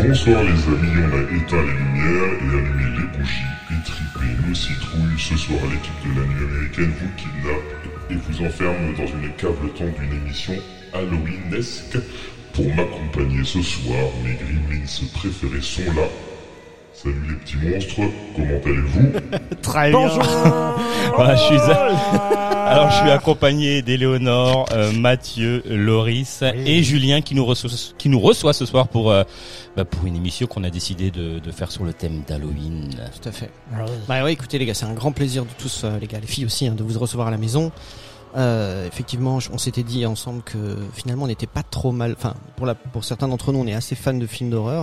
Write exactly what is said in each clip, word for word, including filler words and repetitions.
Bonsoir les amis, on a éteint les lumières et allumé les bougies et tripé nos citrouilles. Ce soir l'équipe de la nuit américaine vous kidnappe et vous enferme dans une cave le temps d'une émission Halloweenesque. Pour m'accompagner ce soir, mes gremlins préférés sont là. Salut les petits monstres, comment allez-vous? Très bien. Bonjour. Voilà, je suis alors je suis accompagné d'Éléonore, euh, Mathieu, Loris oui. et Julien qui nous reçoit qui nous reçoit ce soir pour euh, bah, pour une émission qu'on a décidé de de faire sur le thème d'Halloween. Tout à fait. Oui. Bah ouais, écoutez les gars, c'est un grand plaisir de tous euh, les gars, les filles aussi hein, de vous recevoir à la maison. Euh, effectivement, on s'était dit ensemble que finalement on n'était pas trop mal. Enfin, pour la pour certains d'entre nous, on est assez fans de films d'horreur.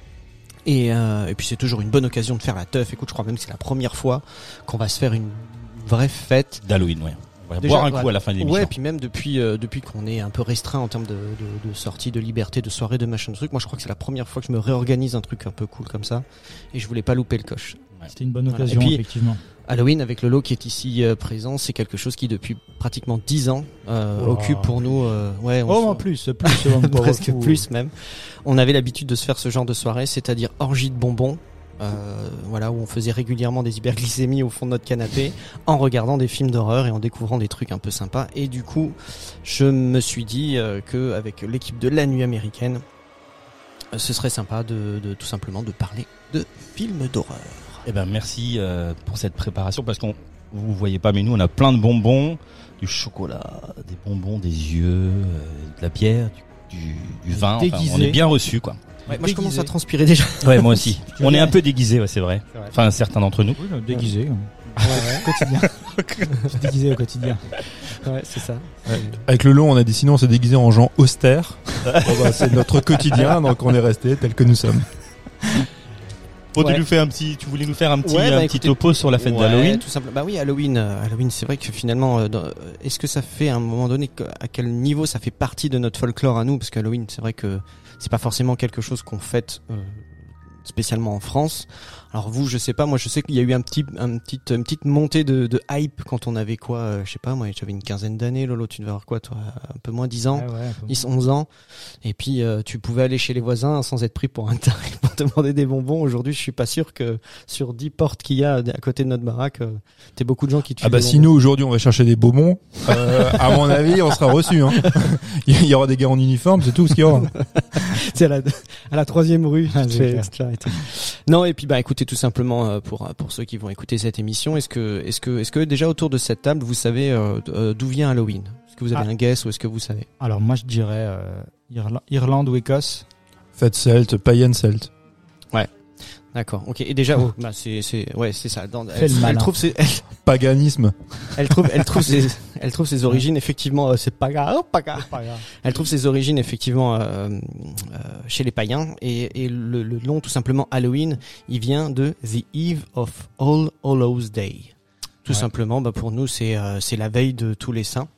Et, euh, et puis c'est toujours une bonne occasion de faire la teuf. Écoute, je crois même que c'est la première fois qu'on va se faire une vraie fête d'Halloween, ouais. On va Déjà, boire un coup ouais, à la fin de l'émission. Ouais, et puis même depuis euh, depuis qu'on est un peu restreint en termes de, de, de sorties, de liberté, de soirées, de machin de trucs. Moi, je crois que c'est la première fois que je me réorganise un truc un peu cool comme ça. Et je voulais pas louper le coche. Ouais. C'était une bonne occasion, voilà. Puis, effectivement. Halloween avec le lot qui est ici euh, présent, c'est quelque chose qui depuis pratiquement dix ans euh, oh. occupe pour nous. Euh, ouais, on oh, en plus, plus, presque plus même. On avait l'habitude de se faire ce genre de soirée, c'est-à-dire orgie de bonbons. Euh, voilà, où on faisait régulièrement des hyperglycémies au fond de notre canapé en regardant des films d'horreur et en découvrant des trucs un peu sympas. Et du coup, je me suis dit euh, que avec l'équipe de la nuit américaine, euh, ce serait sympa de, de tout simplement de parler de films d'horreur. Eh ben merci euh, pour cette préparation parce qu'on vous voyez pas mais nous on a plein de bonbons, du chocolat, des bonbons, des yeux, euh, de la bière, du, du, du vin. Enfin, on est bien reçus quoi. Ouais, moi je commence à transpirer déjà. Ouais moi aussi. On est un peu déguisés, ouais c'est vrai. C'est vrai. Enfin certains d'entre nous. Oui, déguisés. Ouais, ouais. Quotidien. Déguisé au quotidien. Ouais, c'est ça. Ouais. Avec le long, on a décidé, on s'est déguisé en gens austères. Bon, bah, c'est notre quotidien, donc on est resté tel que nous sommes. Bon, ouais. tu, nous fais un petit, tu voulais nous faire un petit, ouais, bah, un écoutez, petit topo sur la fête ouais, d'Halloween. Tout simplement. Bah oui, Halloween. Euh, Halloween, c'est vrai que finalement, euh, dans, est-ce que ça fait à un moment donné, à quel niveau ça fait partie de notre folklore à nous? Parce qu'Halloween, c'est vrai que c'est pas forcément quelque chose qu'on fête euh, spécialement en France. Alors vous, je sais pas, moi je sais qu'il y a eu un petit, un petit, une petite montée de, de hype quand on avait quoi, euh, je sais pas, moi j'avais une quinzaine d'années, Lolo, tu devais avoir quoi, toi, un peu moins, dix ans, ouais, ouais, dix, onze ans, et puis euh, tu pouvais aller chez les voisins sans être pris pour un taré pour demander des bonbons. Aujourd'hui, je suis pas sûr que sur dix portes qu'il y a à côté de notre baraque, euh, t'es beaucoup de gens qui tuent. Ah bah si nous aujourd'hui on va chercher des bonbons, euh, à mon avis on sera reçus. Hein. Il y aura des gars en uniforme, c'est tout ce qu'il y aura. C'est à la, à la troisième rue. Ah, non, et puis bah écoutez, tout simplement euh, pour pour ceux qui vont écouter cette émission, est-ce que est-ce que est-ce que déjà autour de cette table vous savez euh, d'où vient Halloween? Est-ce que vous avez ah. un guess ou est-ce que vous savez? Alors moi je dirais euh, Irla- Irlande ou Écosse. Fête celte, païenne celte. Ouais. D'accord. OK. Et déjà oh, bah c'est c'est ouais, c'est ça. Dans, elle, elle, elle trouve ses elle, paganisme. Elle trouve elle trouve ses elle trouve ses origines effectivement euh, c'est paga, oh, paga. Elle trouve ses origines effectivement euh, euh, chez les païens et et le, le nom tout simplement Halloween, il vient de The Eve of All Hallows Day. Tout ouais. simplement bah pour nous c'est euh, c'est la veille de tous les saints.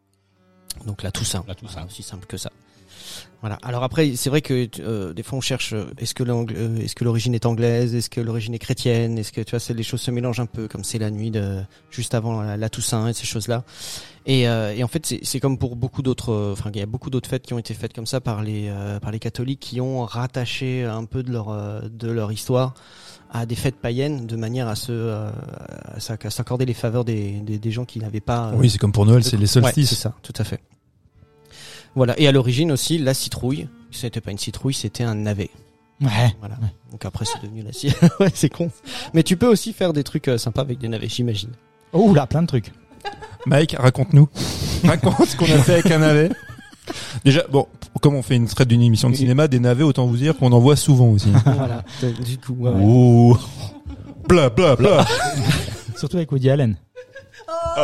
Donc la Toussaint. La Toussaint, aussi simple que ça. Voilà. Alors après, c'est vrai que euh, des fois on cherche euh, est-ce que euh, est-ce que l'origine est anglaise, est-ce que l'origine est chrétienne, est-ce que tu vois, c'est les choses se mélangent un peu, comme c'est la nuit de juste avant la, la Toussaint et ces choses-là. Et, euh, et en fait, c'est, c'est comme pour beaucoup d'autres, enfin, euh, il y a beaucoup d'autres fêtes qui ont été faites comme ça par les euh, par les catholiques qui ont rattaché un peu de leur euh, de leur histoire à des fêtes païennes de manière à se euh, à s'accorder les faveurs des des, des gens qui n'avaient pas. Euh, oui, c'est comme pour Noël, de... c'est les solstices. Ouais, c'est ça, tout à fait. Voilà. Et à l'origine aussi, la citrouille, c'était pas une citrouille, c'était un navet. Ouais. Voilà. Ouais. Donc après, c'est devenu la citrouille. Ouais, c'est con. Mais tu peux aussi faire des trucs euh, sympas avec des navets, j'imagine. Oh là, plein de trucs. Mike, raconte-nous. Raconte ce qu'on a fait avec un navet. Déjà, bon, comme on fait une traite d'une émission de cinéma, des navets, autant vous dire qu'on en voit souvent aussi. Voilà. Du coup, ouais. Ouh. Bla, bla, bla. Surtout avec Woody Allen. Oh,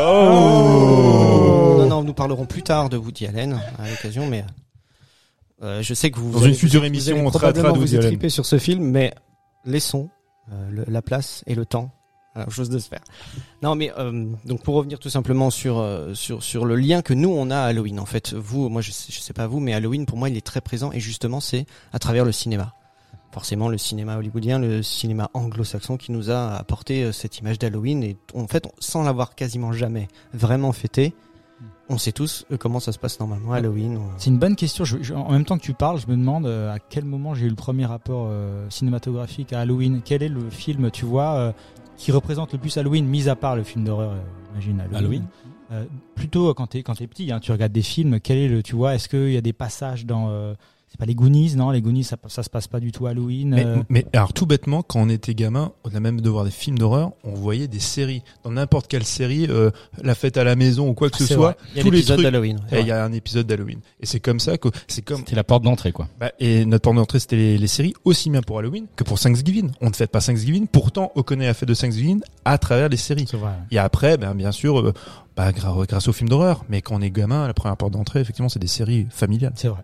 oh non, non, nous parlerons plus tard de Woody Allen à l'occasion, mais euh, je sais que vous dans allez, une future vous, émission vous on traitera de Woody Allen. Vous sur ce film, mais laissons euh, le, la place et le temps à la chose de se faire. Non, mais euh, donc pour revenir tout simplement sur euh, sur sur le lien que nous on a à Halloween. En fait, vous, moi je sais, je sais pas vous, mais Halloween pour moi il est très présent et justement c'est à travers le cinéma. Forcément le cinéma hollywoodien, le cinéma anglo-saxon qui nous a apporté cette image d'Halloween et en fait sans l'avoir quasiment jamais vraiment fêté, On sait tous euh, comment ça se passe normalement à Halloween. On... C'est une bonne question. Je, je, en même temps que tu parles, je me demande euh, à quel moment j'ai eu le premier rapport euh, cinématographique à Halloween. Quel est le film, tu vois, euh, qui représente le plus Halloween, mis à part le film d'horreur, euh, imagine Halloween. Halloween. Euh, plutôt euh, quand t'es quand t'es petit, hein, tu regardes des films. Quel est le, tu vois, est-ce qu'il y a des passages dans euh, c'est pas les Goonies, non? Les Goonies, ça, ça se passe pas du tout à Halloween. Mais, euh... mais alors tout bêtement, quand on était gamin, au-delà même de voir des films d'horreur, on voyait des séries. Dans n'importe quelle série, euh, La Fête à la maison ou quoi que ce C'est soit, vrai. Il y a tous les l'épisode trucs. d'Halloween. Et il y a un épisode d'Halloween. Et c'est comme ça que c'est comme. C'était la porte d'entrée, quoi. Bah, et notre porte d'entrée, c'était les, les séries, aussi bien pour Halloween que pour Thanksgiving. On ne fête pas Thanksgiving, pourtant on connaît la fête de Thanksgiving à travers les séries. C'est vrai. Et après, ben bien sûr, euh, bah, gra- grâce aux films d'horreur. Mais quand on est gamin, la première porte d'entrée, effectivement, c'est des séries familiales. C'est vrai.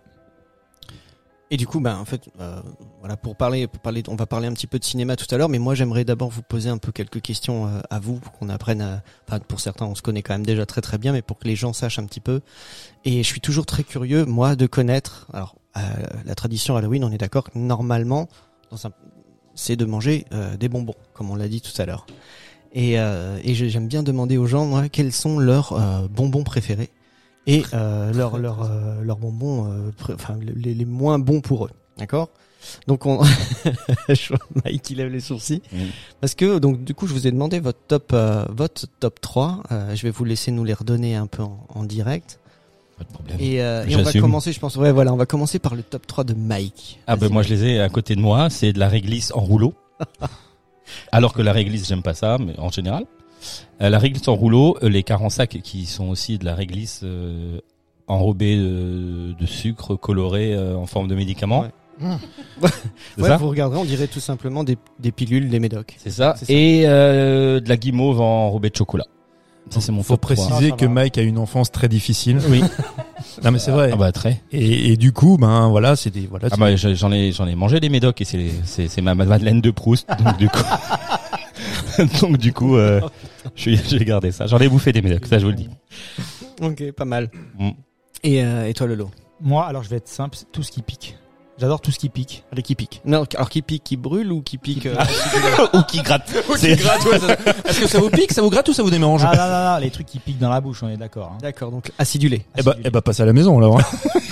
Et du coup, ben en fait, euh, voilà, pour parler, pour parler, on va parler un petit peu de cinéma tout à l'heure, mais moi j'aimerais d'abord vous poser un peu quelques questions euh, à vous, pour qu'on apprenne. À, enfin, pour certains, on se connaît quand même déjà très très bien, mais pour que les gens sachent un petit peu. Et je suis toujours très curieux, moi, de connaître. Alors, euh, la tradition Halloween, on est d'accord, que normalement, dans un, c'est de manger euh, des bonbons, comme on l'a dit tout à l'heure. Et, euh, et j'aime bien demander aux gens, moi, quels sont leurs euh, bonbons préférés. Et euh, leurs leurs euh, leurs bonbons, euh, pr- enfin les, les moins bons pour eux, d'accord. Donc on, je vois Mike qui lève les sourcils, Mm. parce que donc du coup je vous ai demandé votre top euh, votre top trois. Euh, je vais vous laisser nous les redonner un peu en, en direct. Pas de problème. Et, euh, et on va J'assume. commencer, je pense. Ouais, voilà, on va commencer par le top trois de Mike. Ah ben Vas-y. moi je les ai à côté de moi, c'est de la réglisse en rouleau. Alors que la réglisse j'aime pas ça, mais en général. Euh, la réglisse en rouleau, euh, les carensacs qui sont aussi de la réglisse euh, enrobée de, de sucre coloré euh, en forme de médicament. Ouais. C'est Ouais, ça vous regarderez, on dirait tout simplement des, des pilules, des médocs. C'est ça. C'est ça. Et euh, de la guimauve enrobée de chocolat. Ça c'est mon Faut top trois. préciser Ça, ça que va. Mike a une enfance très difficile. Oui. Non mais c'est vrai. Ah bah très. Et, et du coup, ben voilà, c'est des voilà. Ah c'est- bah je- j'en ai j'en ai mangé des médocs et c'est c'est c'est ma Madeleine de Proust donc du coup donc du coup euh, je suis- j'ai gardé ça. J'en ai bouffé des médocs, ça je vous le dis. Ok, pas mal. Mm. Et, euh, et toi, Lolo? Moi, alors je vais être simple, c'est tout ce qui pique. J'adore tout ce qui pique. Les qui piquent. Non, alors qui pique, qui brûle ou qui pique euh, Ou qui gratte. C'est gratte, ouais, ça- Est-ce que ça vous pique, ça vous gratte ou ça vous démange? Ah non, non, non, les trucs qui piquent dans la bouche, on est d'accord. Hein. D'accord, donc acidulé. Eh bah, eh bah, passe à la maison, alors.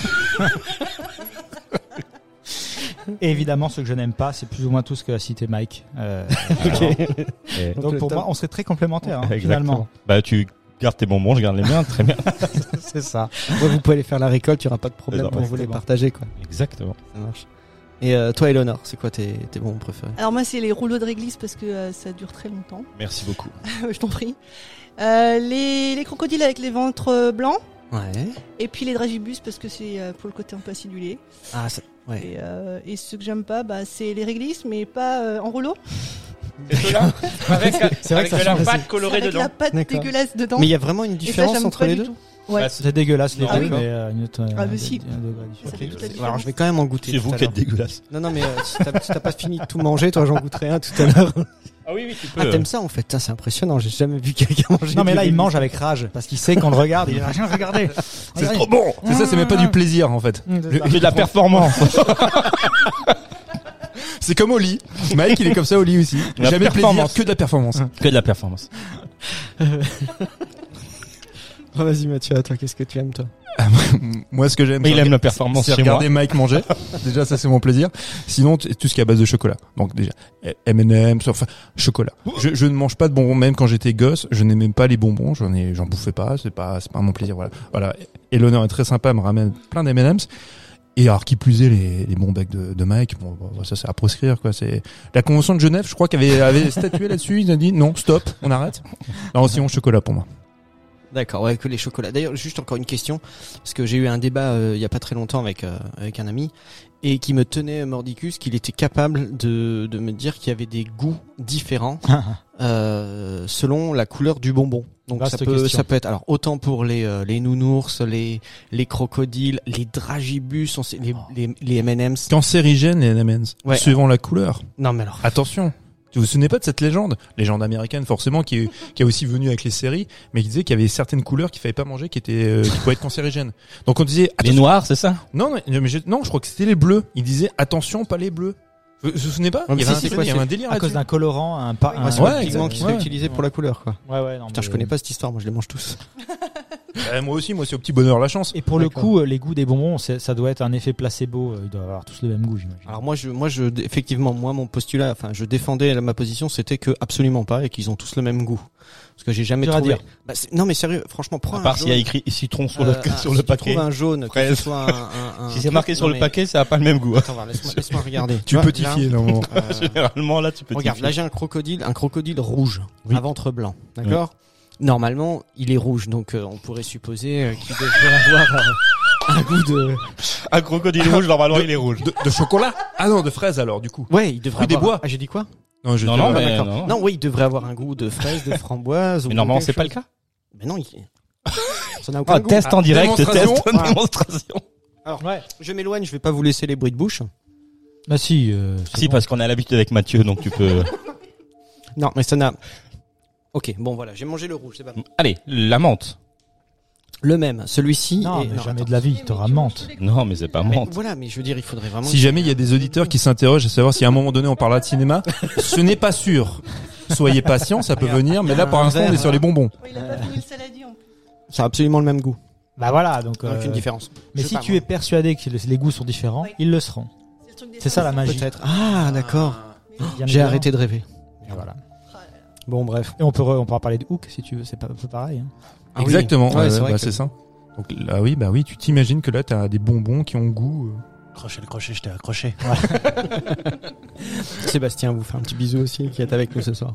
Et évidemment, ce que je n'aime pas, c'est plus ou moins tout ce que a cité Mike. Euh, Et- donc le pour top- moi, on serait très complémentaires, hein, Exactement. finalement. Bah tu gardes tes bonbons, je garde les miens, très bien. C'est ça. Ouais, vous pouvez aller faire la récolte, il n'y aura pas de problème C'est ça, pour ouais, vous les c'est bon. partager, quoi. Exactement. Ça marche. Et euh, toi, Eleonore, c'est quoi tes, tes bons préférés? Alors moi c'est les rouleaux de réglisse parce que euh, ça dure très longtemps. Merci beaucoup. Je t'en prie. Euh, les, les crocodiles avec les ventres euh, blancs Ouais. et puis les dragibus parce que c'est euh, pour le côté un peu acidulé. Ah, ça, ouais. Et, euh, et ce que j'aime pas, bah, c'est les réglisses mais pas euh, en rouleau. Avec, C'est vrai que ça change aussi. colorée avec la pâte D'accord. dégueulasse dedans. Mais il y a vraiment une Et ça, différence j'aime entre pas les du deux? tout. Ouais. Bah, C'est dégueulasse les Non, deux, d'accord. mais euh, une autre, Ah, euh, mais si. un degré différent. Ça fait toute la Alors, différence. je vais quand même en goûter. C'est tout vous à qui êtes l'heure. dégueulasse. Non, non, mais euh, si t'as si t'as pas fini de tout manger, toi, j'en goûterai un tout à l'heure. Ah oui oui, tu Ah, t'aimes ça, en fait? Putain, c'est impressionnant, j'ai jamais vu quelqu'un manger. Non mais du là il réglisse. mange avec rage parce qu'il sait qu'on le regarde, il a rien regardé. C'est trop bon. C'est ça, c'est même pas du plaisir, en fait. Le- C'est de la performance. C'est comme au lit. Mike, il est comme ça au lit aussi. La Jamais de plaisir, performance. que de la performance. Que de la performance. Oh, vas-y, Mathieu, à toi, qu'est-ce que tu aimes, toi? Moi, ce que j'aime, Mais il c'est aime rega- la performance c'est chez moi. regarder Mike manger. Déjà, ça, c'est mon plaisir. Sinon, t- tout ce qui est à base de chocolat. Donc, déjà, M and M's, enfin, chocolat. Je, je ne mange pas de bonbons, même quand j'étais gosse. Je n'aimais pas les bonbons. J'en ai, j'en bouffais pas. C'est pas, c'est pas mon plaisir. Voilà. Voilà. Et l'honneur est très sympa, me ramène plein d'M and M's. Et alors, qui plus est, les, les bons becs de, de Mike, bon, bon, ça, c'est à proscrire, quoi. C'est la convention de Genève, je crois, qu'avait avait, avait statué là-dessus. Ils ont dit, non, stop, on arrête. Non, sinon, chocolat pour moi. D'accord, ouais, que les chocolats. D'ailleurs, juste encore une question, parce que j'ai eu un débat euh, il y a pas très longtemps avec euh, avec un ami et qui me tenait mordicus qu'il était capable de de me dire qu'il y avait des goûts différents euh, selon la couleur du bonbon. Donc Vaste ça peut question. ça peut être alors autant pour les euh, les nounours, les les crocodiles, les dragibus, on sait, les, les les M and M's. Cancérigène, les M and M's. Ouais. Suivant la couleur. Non mais alors Attention. Vous vous souvenez pas de cette légende? Légende américaine, forcément, qui est, qui est aussi venue avec les séries, mais qui disait qu'il y avait certaines couleurs qu'il fallait pas manger, qui étaient, euh, qui pouvaient être cancérigènes. Donc on disait, Les attention- noirs, c'est ça? non, non, mais je, non, je crois que c'était les bleus. Il disait, attention, pas les bleus. Vous vous vous souvenez pas? mais Il y si, avait un, c'est truc- quoi, il y avait c'est- un délire À cause là-dessus. d'un colorant, un pas. ouais, c'est ouais, le pigment exact. qui serait Ouais. utilisé pour la couleur quoi. Ouais ouais non. Putain, mais- je connais pas cette histoire, moi je les mange tous. Euh, moi aussi, moi c'est au petit bonheur la chance. Et pour le D'accord. coup, euh, les goûts des bonbons, c'est- ça doit être un effet placebo. euh, Ils doivent avoir tous le même goût, j'imagine. Alors moi, je, moi, je, effectivement, moi, mon postulat, enfin, je défendais la- ma position, c'était que absolument pas et qu'ils ont tous le même goût. Parce que j'ai jamais Dur à trouvé. dire. Bah, c'est- non, mais sérieux, franchement, prends À un part s'il y a jaune, écrit citron sur euh, le, un- sur si le tu paquet. trouves un jaune, que Fraise. ce soit un, un, un Si c'est truc- marqué sur non, le mais- paquet, ça a pas le même goût. Attends, va, laisse-moi, laisse-moi regarder. Tu vois, peux t'y là, fier, normalement. euh, Généralement, là, tu peux Regarde, t'y là fier. j'ai un crocodile, un crocodile rouge, Oui. à ventre blanc, d'accord. Normalement, il est rouge, donc euh, on pourrait supposer euh, qu'il devrait avoir euh, un goût de. Un crocodile rouge, normalement, il est rouge. De, de chocolat? Ah non, de fraises alors, du coup. Ouais, il devrait Fruit des avoir. bois. Ah, j'ai dit quoi? Non, je Non, te- non, Ah, mais d'accord. non. Non, oui, il devrait avoir un goût de fraise, de framboise. ou Mais normalement, quelque c'est pas le chose. cas. Mais non, il... ça n'a aucun Ah, goût. test en Ah, direct, démonstration. test, Voilà. démonstration. Alors, Ouais. je m'éloigne, je vais pas vous laisser les bruits de bouche. Bah si. Euh, c'est Si, bon. parce qu'on a l'habitude avec Mathieu, donc tu peux. Non, mais ça n'a. Ok, bon voilà, j'ai mangé le rouge, c'est pas bon. Allez, la menthe. Le même, celui-ci. Non, est... mais non, jamais attends. de la vie. T'auras menthe. Non, mais c'est pas Mais menthe. voilà, mais je veux dire, il faudrait vraiment. Si jamais il y a des auditeurs qui s'interrogent à savoir si à un moment donné on parlera de cinéma, ce n'est pas sûr. Soyez patients, ça peut venir, mais là pour Un l'instant on est verre, sur les bonbons. Oh, il a pas fini le saladier en plus. Ça a absolument le même goût. Bah voilà, donc. euh, Aucune différence. Mais Je si sais pas, tu moi. es persuadé que les les goûts sont différents, Oui. ils le seront. C'est le truc des C'est ça la sens. magie. Peut-être. Ah, d'accord. Mais- Bien J'ai évidemment. arrêté de rêver. Et voilà. Ah là là. Bon, bref. Et on peut re- on pourra parler de Hook si tu veux. C'est pas un peu pareil. Hein. Ah oui. Exactement, Ouais, ouais, c'est vrai bah, que- c'est ça. Donc là oui, bah oui, tu t'imagines que là t'as des bonbons qui ont goût. euh, Crochet le crochet, je t'ai accroché. Sébastien vous fait un petit bisou aussi qui est avec nous ce soir.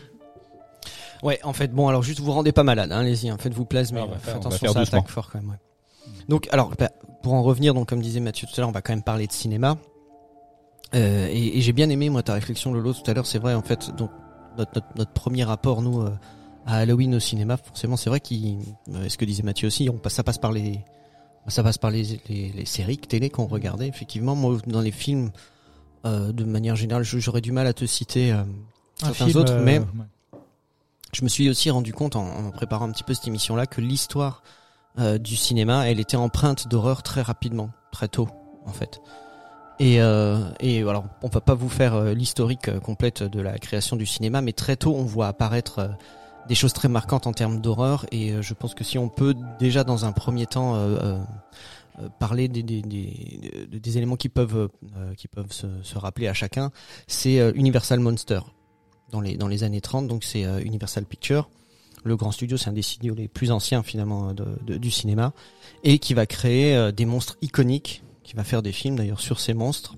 Ouais, en fait, bon, alors juste vous rendez pas malade, hein, allez-y, hein, faites-vous plaisir, mais Ah, on va faites faire- on va attention, faire ça doucement. attaque fort quand même. Ouais. Donc, alors, bah, pour en revenir, donc comme disait Mathieu tout à l'heure, on va quand même parler de cinéma. Euh, et, et j'ai bien aimé moi ta réflexion Lolo tout à l'heure, c'est vrai en fait, donc notre, notre, notre premier rapport nous euh, à Halloween au cinéma, forcément, c'est vrai qu'il, euh, ce que disait Mathieu aussi, on passe, ça passe par les, ça passe par les, les, les séries télé qu'on regardait. Effectivement, moi dans les films, euh, de manière générale, j'aurais du mal à te citer euh, Un certains film, autres, euh, mais ouais. je me suis aussi rendu compte en, en préparant un petit peu cette émission-là que l'histoire euh, du cinéma, elle était empreinte d'horreur très rapidement, très tôt, en fait. Et, euh, et alors, on va pas vous faire euh, l'historique euh, complète de la création du cinéma, mais très tôt, on voit apparaître euh, des choses très marquantes en termes d'horreur. Et euh, je pense que si on peut déjà, dans un premier temps, euh, euh, euh, parler des, des, des, des, des éléments qui peuvent, euh, qui peuvent se, se rappeler à chacun, c'est euh, Universal Monster dans les dans les années trente. Donc c'est euh, Universal Pictures. Le grand studio, c'est un des studios les plus anciens finalement de, de, du cinéma, et qui va créer euh, des monstres iconiques, qui va faire des films d'ailleurs sur ces monstres,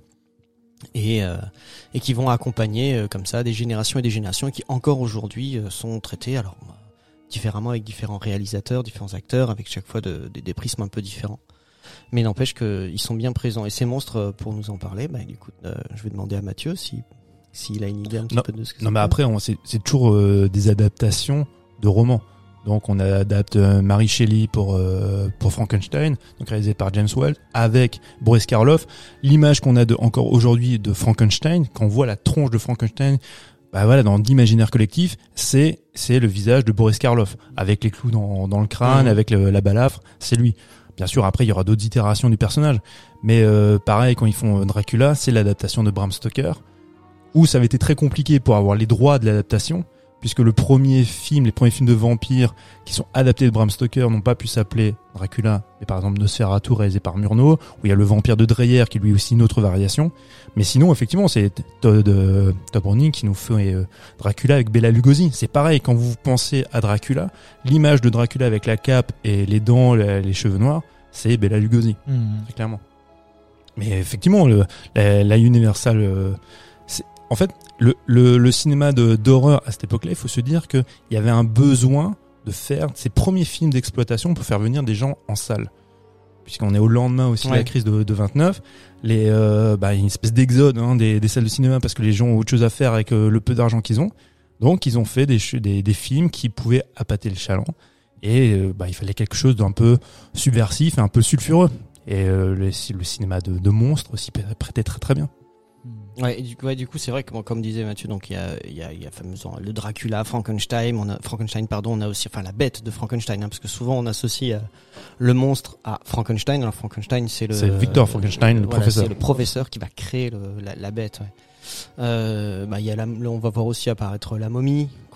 et euh, et qui vont accompagner euh, comme ça des générations et des générations, et qui encore aujourd'hui euh, sont traités alors euh, différemment avec différents réalisateurs, différents acteurs, avec chaque fois de, de- des prismes un peu différents. Mais n'empêche qu'ils sont bien présents. Et ces monstres, euh, pour nous en parler, bah, écoute, euh, je vais demander à Mathieu si s'il a une idée un petit Non, peu de ce que Non ça mais peut après on- c'est c'est toujours euh, des adaptations de romans. Donc on adapte euh, Mary Shelley pour euh, pour Frankenstein, donc réalisé par James Whale avec Boris Karloff. L'image qu'on a de encore aujourd'hui de Frankenstein, quand on voit la tronche de Frankenstein, bah voilà, dans l'imaginaire collectif, c'est c'est le visage de Boris Karloff avec les clous dans dans le crâne, Mhm. avec le- la balafre, c'est lui. Bien sûr, après il y aura d'autres itérations du personnage, mais euh, pareil quand ils font euh, Dracula, c'est l'adaptation de Bram Stoker, où ça avait été très compliqué pour avoir les droits de l'adaptation, puisque le premier film, les premiers films de vampires qui sont adaptés de Bram Stoker n'ont pas pu s'appeler Dracula, mais par exemple Nosferatu réalisé par Murnau, où il y a le vampire de Dreyer qui lui aussi une autre variation. Mais sinon, effectivement, c'est Todd, euh, Todd Browning qui nous fait euh, Dracula avec Bela Lugosi. C'est pareil, quand vous pensez à Dracula, l'image de Dracula avec la cape et les dents, les, les cheveux noirs, c'est Bela Lugosi, Hmm. très clairement. Mais effectivement, le, la, la Universal, euh, c'est, en fait, le, le, le cinéma de, d'horreur à cette époque-là, il faut se dire qu'il y avait un besoin de faire ces premiers films d'exploitation pour faire venir des gens en salle. Puisqu'on est au lendemain aussi de Ouais. la crise de, de vingt-neuf, les, euh, bah, il y a une espèce d'exode hein, des, des salles de cinéma parce que les gens ont autre chose à faire avec euh, le peu d'argent qu'ils ont. Donc ils ont fait des, ch- des, des films qui pouvaient appâter le chaland. Et euh, bah, il fallait quelque chose d'un peu subversif et un peu sulfureux. Et euh, le, le cinéma de, de monstres s'y prêtait très très bien. Ouais, et du coup, ouais, du coup, c'est vrai que bon, comme disait Mathieu, donc il y a, il y a, il y a fameusement le Dracula, Frankenstein, on a Frankenstein, pardon, on a aussi, enfin la bête de Frankenstein, hein, parce que souvent on associe euh, le monstre à Frankenstein. Alors Frankenstein, c'est le, C'est Victor Frankenstein, le voilà, professeur. c'est le professeur qui va créer le, la, la bête. Ouais. Euh, bah il y a la, là, on va voir aussi apparaître la momie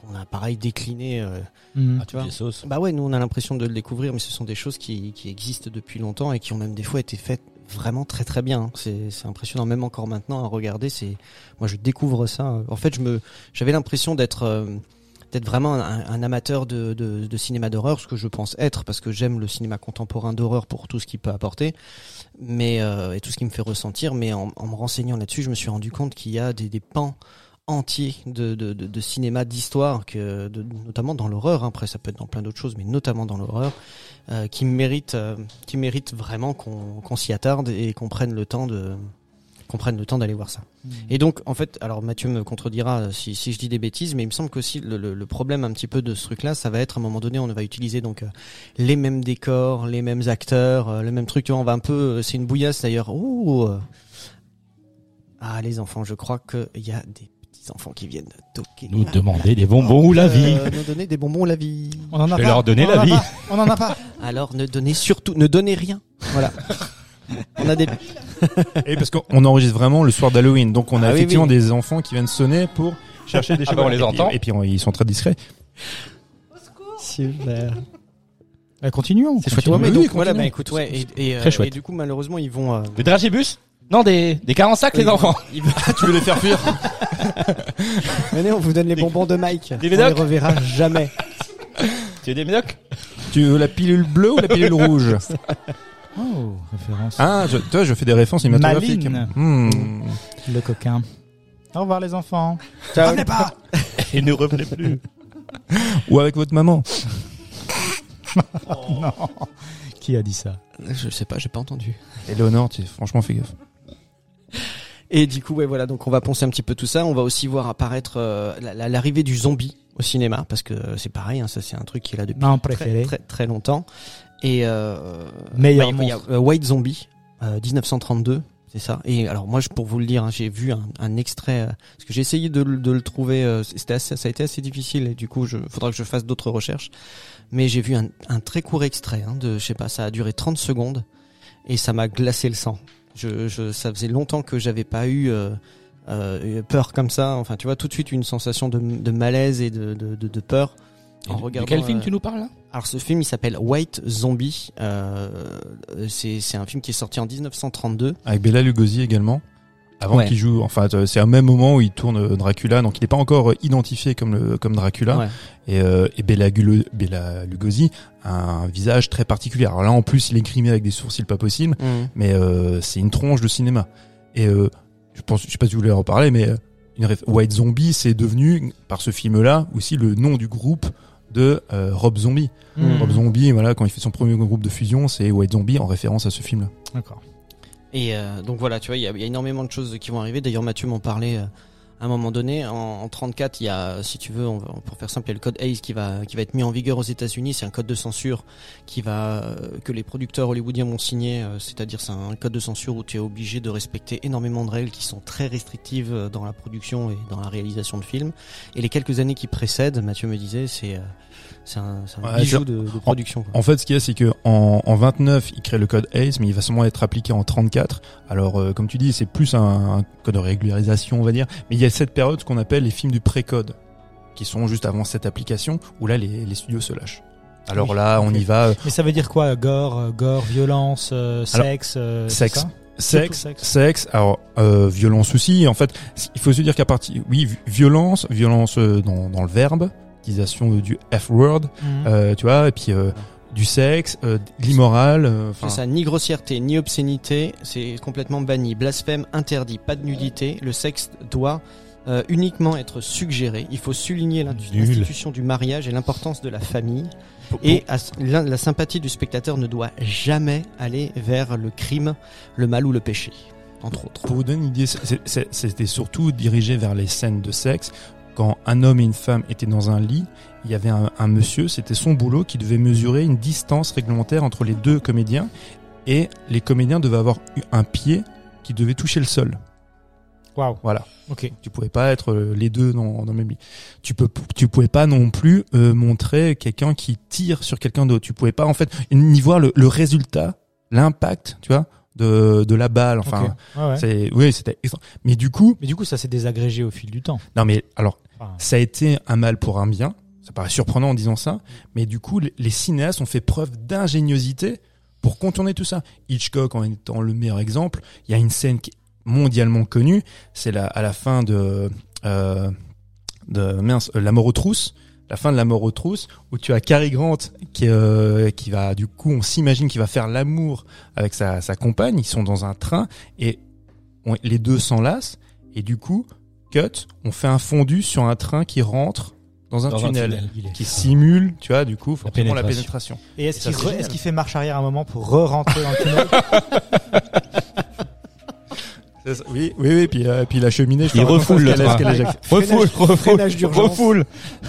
qu'on a pareil décliné. Euh, Mhm. Ah, tu vois. Les sauces. Bah ouais, nous on a l'impression de le découvrir, mais ce sont des choses qui, qui existent depuis longtemps et qui ont même des fois été faites vraiment très très bien. C'est, c'est impressionnant, même encore maintenant à regarder. C'est, moi je découvre ça. En fait, je me, j'avais l'impression d'être, euh, d'être vraiment un, un amateur de, de, de cinéma d'horreur, ce que je pense être, parce que j'aime le cinéma contemporain d'horreur pour tout ce qu'il peut apporter, mais euh, et tout ce qui me fait ressentir. Mais en, en me renseignant là-dessus, je me suis rendu compte qu'il y a des, des pans entier de, de, de, de cinéma, d'histoire, que de, notamment dans l'horreur, hein, après ça peut être dans plein d'autres choses, mais notamment dans l'horreur, euh, qui mérite, euh, qui mérite vraiment qu'on, qu'on s'y attarde et qu'on prenne le temps de, qu'on prenne le temps d'aller voir ça. Mmh. Et donc, en fait, alors Mathieu me contredira si, si je dis des bêtises, mais il me semble qu'aussi le, le, le problème un petit peu de ce truc-là, ça va être à un moment donné, on va utiliser donc euh, les mêmes décors, les mêmes acteurs, euh, le même truc. Tu vois, on va un peu, euh, c'est une bouillasse d'ailleurs. Ouh, euh, ah les enfants, je crois que il y a des enfants qui viennent toquer. Nous demander des bonbons ou la vie. Euh, nous donner des bonbons ou la vie. On en a Je vais pas. leur donner On en la a vie. pas. On en a pas. Alors ne donnez surtout, ne donnez rien. Voilà. On a des. Et parce qu'on enregistre vraiment le soir d'Halloween, donc on a Ah oui, effectivement oui. des enfants qui viennent sonner pour chercher des Ah choses. bah, on les Et puis- entend. Et puis on- ils sont très discrets. Super. Bah, continuons. C'est chouette. continuons. Ouais, mais Oui, donc voilà, continuons. bah écoute, ouais, et, et, Très euh, chouette. et du coup malheureusement ils vont. Euh, Des dragibus? Non, des, des carensacs, les ils- enfants. ils vont- Tu veux les faire fuir? Venez, on vous donne les bonbons de Mike. Des on les médocs reverra jamais. Tu veux des médocs? Tu veux la pilule bleue ou la pilule rouge? Oh, référence. Ah, je, toi, je fais des références cinématographiques. Maline. Hmm. Le coquin. Au revoir les enfants. Ciao. pas. Et ne revenez plus. Ou avec votre maman. Non. Qui a dit ça? Je sais pas, j'ai pas entendu. Éléonore, tu franchement fais gaffe. Et du coup, ouais, voilà, donc on va poncer un petit peu tout ça. On va aussi voir apparaître euh, la- la- l'arrivée du zombie au cinéma, parce que euh, c'est pareil, hein, ça c'est un truc qui est là depuis Non, très, préféré. très très longtemps. Et euh, Meilleur bah, il y a monstre. euh, White Zombie, euh, dix-neuf cent trente-deux, c'est ça. Et alors moi, je, pour vous le dire, hein, j'ai vu un, un extrait, euh, parce que j'ai essayé de, le- de le trouver, euh, c'était assez, ça a été assez difficile, et du coup, je faudra que je fasse d'autres recherches. Mais j'ai vu un, un très court extrait, hein, de, je sais pas, ça a duré trente secondes, et ça m'a glacé le sang. Je, je, ça faisait longtemps que j'avais pas eu euh, euh, peur comme ça. Enfin, tu vois, tout de suite une sensation de, de malaise et de, de, de, de peur. En De regardant, quel film euh, tu nous parles, là? Alors, ce film, il s'appelle White Zombie. Euh, c'est, c'est un film qui est sorti en dix-neuf cent trente-deux. Avec Bela Lugosi également. Avant Ouais. qu'il joue, enfin, euh, c'est au même moment où il tourne euh, Dracula, donc il n'est pas encore euh, identifié comme le comme Dracula. Ouais. Et, euh, et Bela, Gulo- Bela Lugosi a un visage très particulier. Alors là, en plus, il est grimé avec des sourcils pas possibles, Mmh. mais euh, c'est une tronche de cinéma. Et euh, je pense, je sais pas si vous voulez en parler, mais euh, une réf- White Zombie, c'est devenu par ce film-là aussi le nom du groupe de euh, Rob Zombie. Mmh. Rob Zombie, voilà, quand il fait son premier groupe de fusion, c'est White Zombie en référence à ce film-là. D'accord. Et euh, donc voilà, tu vois, il y a, il y a énormément de choses qui vont arriver. D'ailleurs, Mathieu m'en parlait euh, à un moment donné. En, en trente-quatre, il y a, si tu veux, on va, pour faire simple, il y a le code A C E qui va qui va être mis en vigueur aux États-Unis. C'est un code de censure qui va euh, que les producteurs hollywoodiens vont signer. Euh, c'est-à-dire, c'est un code de censure où tu es obligé de respecter énormément de règles qui sont très restrictives euh, dans la production et dans la réalisation de films. Et les quelques années qui précèdent, Mathieu me disait, c'est euh, c'est un, c'est un Ouais, bijou c'est- de, de production. quoi. En fait, ce qu'il y a, c'est que en, en vingt-neuf, il crée le code A C E, mais il va seulement être appliqué en trente-quatre. Alors, euh, comme tu dis, c'est plus un, un code de régularisation, on va dire. Mais il y a cette période ce qu'on appelle les films du pré-code, qui sont juste avant cette application, où là, les, les studios se lâchent. Alors Oui, là, on ok. y va. euh, Mais ça veut dire quoi? Gore, euh, gore, violence, euh, Alors, sexe, euh, c'est sexe. ça Sexe, Surtout sexe, alors euh, violence aussi. En fait, il faut se dire qu'à partir, oui, vi- violence, violence euh, dans, dans le verbe, utilisation du F-word, Mhm. euh, tu vois, et puis euh, du sexe, euh, de l'immoral. euh, enfin, C'est ça, ni grossièreté, ni obscénité, c'est complètement banni. Blasphème interdit, pas de nudité. Le sexe doit euh, uniquement être suggéré. Il faut souligner l'in- Nul. l'institution du mariage et l'importance de la famille. Et à- la, la sympathie du spectateur ne doit jamais aller vers le crime, le mal ou le péché, entre autres. Pour vous donner une idée, c'est- c'est- c'était surtout dirigé vers les scènes de sexe. Quand un homme et une femme étaient dans un lit, il y avait un, un monsieur, c'était son boulot, qui devait mesurer une distance réglementaire entre les deux comédiens, et les comédiens devaient avoir eu un pied qui devait toucher le sol. Waouh. Voilà. Ok. Tu pouvais pas être euh, les deux dans, dans le même lit. Tu peux, tu pouvais pas non plus euh, montrer quelqu'un qui tire sur quelqu'un d'autre. Tu pouvais pas en fait ni voir le, le résultat, l'impact, tu vois, de, de la balle. Enfin, Ok. Ouais, ouais. c'est, oui, c'était extra. Mais du coup, Mais du coup, ça s'est désagrégé au fil du temps. non mais alors, Enfin, ça a été un mal pour un bien. Ça paraît surprenant en disant ça, mais du coup, les cinéastes ont fait preuve d'ingéniosité pour contourner tout ça. Hitchcock en étant le meilleur exemple, il y a une scène qui est mondialement connue, c'est la, à la fin de, euh, de mince, euh, La mort aux trousses, la fin de La mort aux trousses, où tu as Cary Grant qui, euh, qui va, du coup, on s'imagine qu'il va faire l'amour avec sa, sa compagne, ils sont dans un train, et on, les deux s'enlacent, et du coup, cut, on fait un fondu sur un train qui rentre dans un Dans un tunnel, tunnel. il est qui fort. simule, tu vois, du coup, forcément la pénétration. pénétration. Et est-ce ça, qu'il c'est re- génial. est-ce qu'il fait marche arrière à un moment pour re-rentrer dans le tunnel? C'est ça. Oui, oui, oui, puis, euh, puis la cheminée, je Il te raconte refoule pas le ce qu'elle- train. ce qu'elle éjecte. Refoule, refoule, freinage d'urgence. refoule.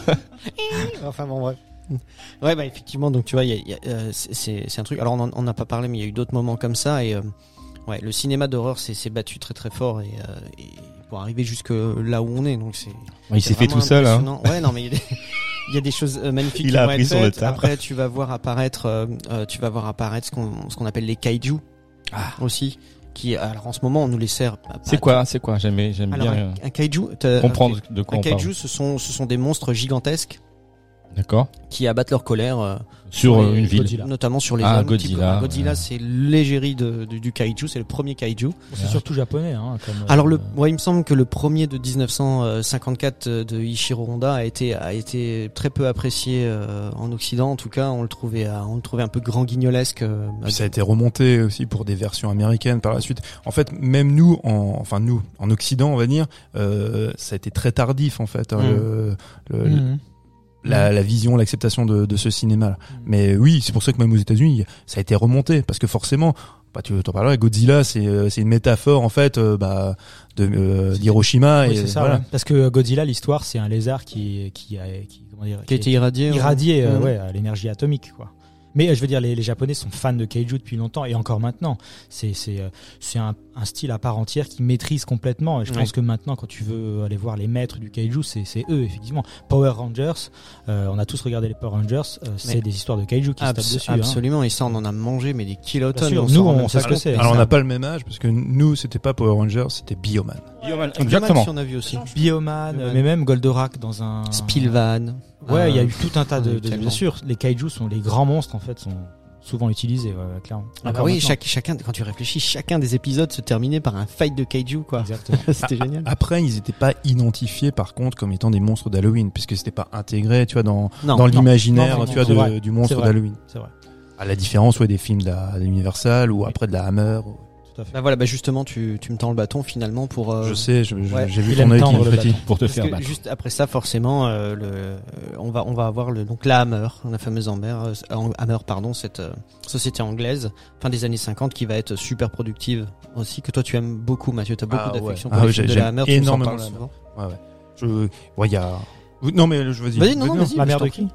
Enfin bon, bref. Ouais, bah effectivement, donc tu vois, il y a, il y a, euh, c'est- c'est c'est un truc. Alors on en on n'a pas parlé, mais il y a eu d'autres moments comme ça et euh, ouais, le cinéma d'horreur s'est s'est battu très très fort et, euh, et pour arriver jusque là où on est, donc c'est. Il s'est c'est fait vraiment tout seul, hein. impressionnant. Ouais, non, mais il y a des, il y a des choses euh, magnifiques Il qui a vont appris être sur le faites. tas. Après, tu vas voir apparaître, euh, euh, tu vas voir apparaître ce qu'on ce qu'on appelle les kaiju aussi, qui alors en ce moment on nous les sert. pas- C'est pas- quoi, c'est quoi? J'aime, j'aime Alors bien euh, un, un kaiju, t'as- comprendre un, de quoi un on parle. kaiju, ce sont ce sont des monstres gigantesques D'accord. qui abattent leur colère. euh, Sur euh, les- une ville. Godzilla. notamment sur les Ah, hommes. Godzilla, Type- Godzilla, ouais. c'est l'égérie de, de- du kaiju, c'est le premier kaiju. C'est surtout japonais, hein. Comme, euh, Alors le, ouais, il me semble que le premier de dix-neuf cent cinquante-quatre de Ishiro Honda a été a été très peu apprécié euh, en Occident. En tout cas, on le trouvait à- on le trouvait un peu grand guignolesque. euh, Puis ça a été remonté aussi pour des versions américaines par la suite. En fait, même nous, en, enfin nous, en Occident, on va dire, euh, ça a été très tardif en fait, hein, Mm. le, le- Mhm. la, la vision, l'acceptation de, de ce cinéma. Mais oui, c'est pour ça que même aux États-Unis, ça a été remonté parce que forcément, bah tu t'en parleras, Godzilla, c'est euh, c'est une métaphore en fait, euh, bah de euh, d'Hiroshima Oui, et c'est ça. voilà. Ouais. Parce que Godzilla, l'histoire, c'est un lézard qui qui a qui comment dire qui a été irradié. ouais. irradié euh, Mhm. ouais, à l'énergie atomique, quoi. Mais euh, je veux dire, les, les Japonais sont fans de kaiju depuis longtemps et encore maintenant. C'est c'est euh, c'est un, un style à part entière qu'ils maîtrisent complètement. Et je Ouais. pense que maintenant, quand tu veux aller voir les maîtres du kaiju, c'est c'est eux effectivement. Power Rangers, euh, on a tous regardé les Power Rangers. euh, c'est Mais- des histoires de kaiju qui Abs- se tapent dessus. hein. absolument. Et ça, on en a mangé, mais des kilotonnes. Bien sûr, s'en nous, rend on même sait pas ce que compte. c'est. Alors on Ça- n'a pas le même âge parce que nous, c'était pas Power Rangers, c'était Bioman. Bioman, Bioman, exactement. si on a vu aussi. Bioman, Bioman. mais même Goldorak dans un. Spilvan. Ouais, il y a Euh, eu tout un tas on a de, eu de tellement. bien sûr. Les kaiju sont les grands monstres en fait sont souvent utilisés, ouais, ouais, clairement. Ah bah Encore oui, maintenant. chaque, chacun, quand tu réfléchis, chacun des épisodes se terminait par un fight de kaiju, quoi. Exactement. C'était génial. Après, ils n'étaient pas identifiés par contre comme étant des monstres d'Halloween puisque c'était pas intégré, tu vois, dans Non, dans non. l'imaginaire, non, tu non, vois, c'est de- vrai. du monstre C'est vrai. d'Halloween. C'est vrai. À la différence, ouais, des films de la, de l'Universal ou Oui. après de la Hammer. Tout à fait. Bah voilà, bah justement, tu, tu me tends le bâton finalement pour. euh, Je sais, je- je- ouais. j'ai vu Il ton aime œil qui tendre me le frétille. Pour te parce faire que battre. juste après ça, forcément, euh, le, euh, on va on va avoir le donc la Hammer, la fameuse Hammer, euh, Hammer pardon, cette euh, société anglaise fin des années cinquante qui va être super productive aussi, que toi tu aimes beaucoup, Mathieu. T'as beaucoup Ah ouais. d'affection Ah pour les oui, films de j'aime la Hammer. tu nous en énormément parles la Hammer. souvent. Ouais, ouais. Je, ouais, il y a. Non mais je vas-y. Vas-y, non, non, vas-y. La je mère t'en de prie.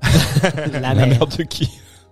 qui La La mère. mère de qui?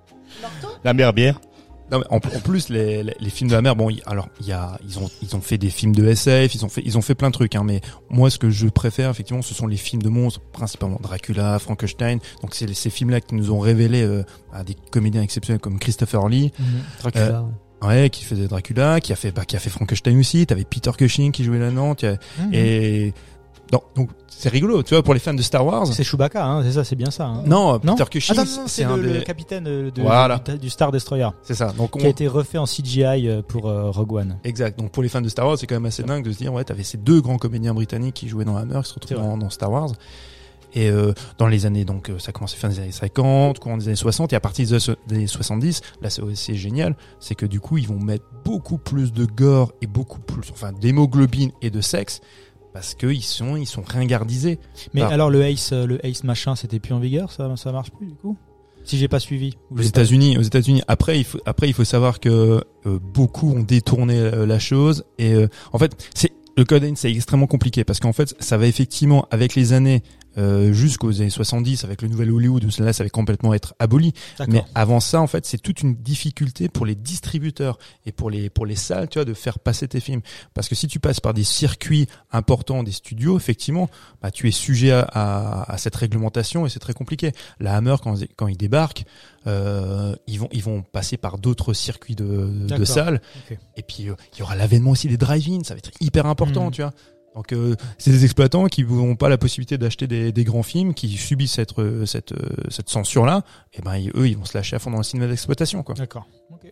La mère bière. Non, mais en, en plus, les, les, les films de la mer, bon, il- alors il y a, ils ont, ils ont fait des films de S F, ils ont fait, ils ont fait plein de trucs. Hein, mais moi, ce que je préfère, effectivement, ce sont les films de monstres, principalement Dracula, Frankenstein. Donc c'est les- ces films-là qui nous ont révélé euh, à des comédiens exceptionnels comme Christopher Lee, Dracula. ouais, qui faisait Dracula, qui a fait, bah, qui a fait Frankenstein aussi. T'avais Peter Cushing qui jouait là-dedans. tu as- Mhm. Et donc, donc c'est rigolo, tu vois, pour les fans de Star Wars. C'est Chewbacca, hein, c'est ça, c'est bien ça. Hein. Non, Non Peter Cushing, Attends, non, non, c'est c'est un le, des, le capitaine euh, de, Voilà. du, du Star Destroyer c'est ça. Donc qui a on, été refait en C G I euh, pour euh, Rogue One. exact. Donc pour les fans de Star Wars, c'est quand même assez dingue de se dire, ouais, t'avais ces deux grands comédiens britanniques qui jouaient dans Hammer, qui se C'est retrouvent vrai. dans, dans Star Wars. Et euh, dans les années, donc euh, ça a commencé fin des années cinquante, courant des années soixante, et à partir des so- des années soixante-dix, là c'est c'est génial, c'est que du coup ils vont mettre beaucoup plus de gore et beaucoup plus, enfin d'hémoglobine et de sexe, parce que ils sont ils sont ringardisés. Mais Ah. alors le Ace, euh, le Ace machin, c'était plus en vigueur, ça, ça marche plus du coup. Si j'ai pas suivi. Ou Aux j'ai États-Unis, aux États-Unis. Après, il faut après il faut savoir que euh, beaucoup ont détourné euh, la chose, et euh, en fait c'est le code Haines, c'est extrêmement compliqué parce qu'en fait ça va effectivement avec les années euh, jusqu'aux années soixante-dix avec le nouvel Hollywood où là ça va complètement être aboli. pas- Mais D'accord. avant ça, en fait, c'est toute une difficulté pour les distributeurs et pour les pour les salles, tu vois, de faire passer tes films. Parce que si tu passes par des circuits importants des studios, effectivement, bah tu es sujet à, à, à cette réglementation et c'est très compliqué. La Hammer, quand quand ils débarquent, euh, ils vont ils vont passer par d'autres circuits de, de D'accord. salles. Ok. Et puis euh, il y aura l'avènement aussi des drive-in, ça va être hyper important, Mhm. tu vois. Donc euh, c'est des exploitants qui n'ont pas la possibilité d'acheter des, des grands films, qui subissent cette cette cette censure là. Et ben ils, eux ils vont se lâcher à fond dans le cinéma d'exploitation quoi. D'accord. Ok.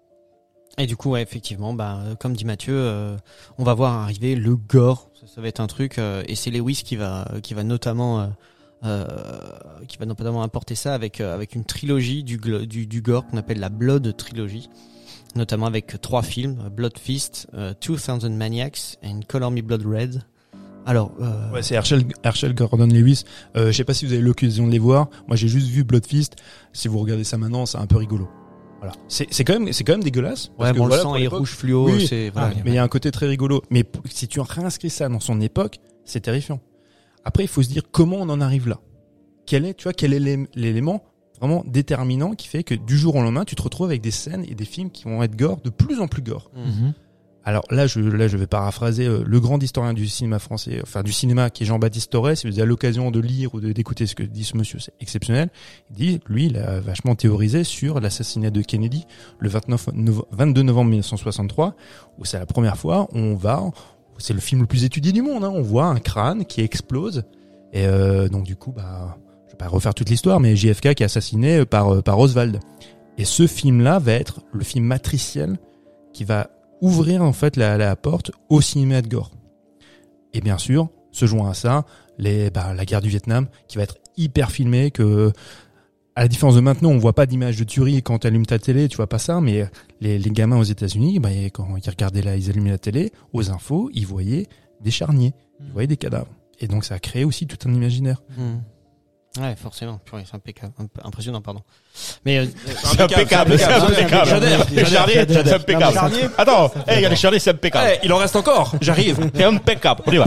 Et du coup, ouais, effectivement, bah, comme dit Mathieu, euh, on va voir arriver le gore. Ça, ça va être un truc, euh, et c'est Lewis qui va, qui va notamment, euh, euh, qui va notamment apporter ça avec, euh, avec une trilogie du, glo- du, du gore qu'on appelle la Blood Trilogy, notamment avec trois films, Blood Fist, euh, two thousand Maniacs et Color Me Blood Red. Alors, euh... ouais, c'est Herschel, Herschel Gordon Lewis. Euh, je sais pas si vous avez l'occasion de les voir. Moi, j'ai juste vu Blood Fist. Si vous regardez ça maintenant, c'est un peu rigolo. Voilà. C'est, c'est quand même, c'est quand même dégueulasse. Ouais, que bon, voilà, le sang pour est l'époque- rouge fluo, Oui, c'est, voilà. mais il y a un côté très rigolo. Mais p- si tu réinscris ça dans son époque, c'est terrifiant. Après, il faut se dire comment on en arrive là. Quel est, tu vois, quel est l'é- l'élément vraiment déterminant qui fait que du jour au lendemain, tu te retrouves avec des scènes et des films qui vont être gore, de plus en plus gore. Mhm. Alors là, je, là, je vais paraphraser euh, le grand historien du cinéma français, enfin du cinéma, qui est Jean-Baptiste Torres. Si vous avez l'occasion de lire ou de, d'écouter ce que dit ce monsieur, c'est exceptionnel. Il dit, lui, il a vachement théorisé sur l'assassinat de Kennedy le vingt-neuf nove- vingt-deux novembre mille neuf cent soixante-trois, où c'est la première fois, on va, c'est le film le plus étudié du monde, hein, on voit un crâne qui explose. Et euh, donc du coup, bah, je vais pas refaire toute l'histoire, mais J F K qui est assassiné par, par Oswald. Et ce film-là va être le film matriciel qui va ouvrir en fait la, la porte au cinéma de gore. Et bien sûr, se joint à ça, les, bah, la guerre du Vietnam, qui va être hyper filmée, que, à la différence de maintenant, on voit pas d'image de tuerie quand tu allumes ta télé, tu vois pas ça, mais les, les gamins aux États-Unis, bah, quand ils regardaient là, ils allumaient la télé, aux infos, ils voyaient des charniers, ils voyaient des cadavres. Et donc ça a créé aussi tout un imaginaire. Mhm. Ouais, forcément. Purée, c'est impeccable. Un peu impressionnant, pardon. Mais, euh, C'est impeccable, c'est impeccable. J'adhère, Les charniers, j'adhère. c'est impeccable. Charnier. Attends, hey, il y a les charniers, c'est impeccable. il en reste encore, j'arrive. C'est impeccable. On y va.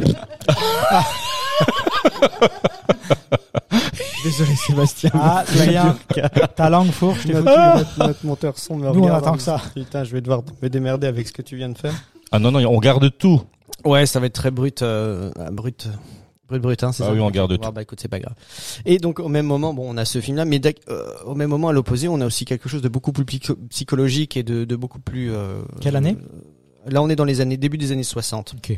désolé, Sébastien. Ah, Julien, ta langue fourche, t'es foutu. Notre, notre monteur son me Nous, on regarde attend en que ça. disant, putain, je vais devoir me démerder avec ce que tu viens de faire. Ah non, non, on garde tout. Ouais, ça va être très brut, euh, brut, brut, brut, hein, c'est Ah ça. oui, on garde Ouais, tout. bah écoute, c'est pas grave. Et donc au même moment, bon, on a ce film-là, mais d'ac- euh, au même moment, à l'opposé, on a aussi quelque chose de beaucoup plus psycho- psychologique et de, de beaucoup plus. Euh, Quelle année euh, Là, on est dans les années début des années soixante. Ok.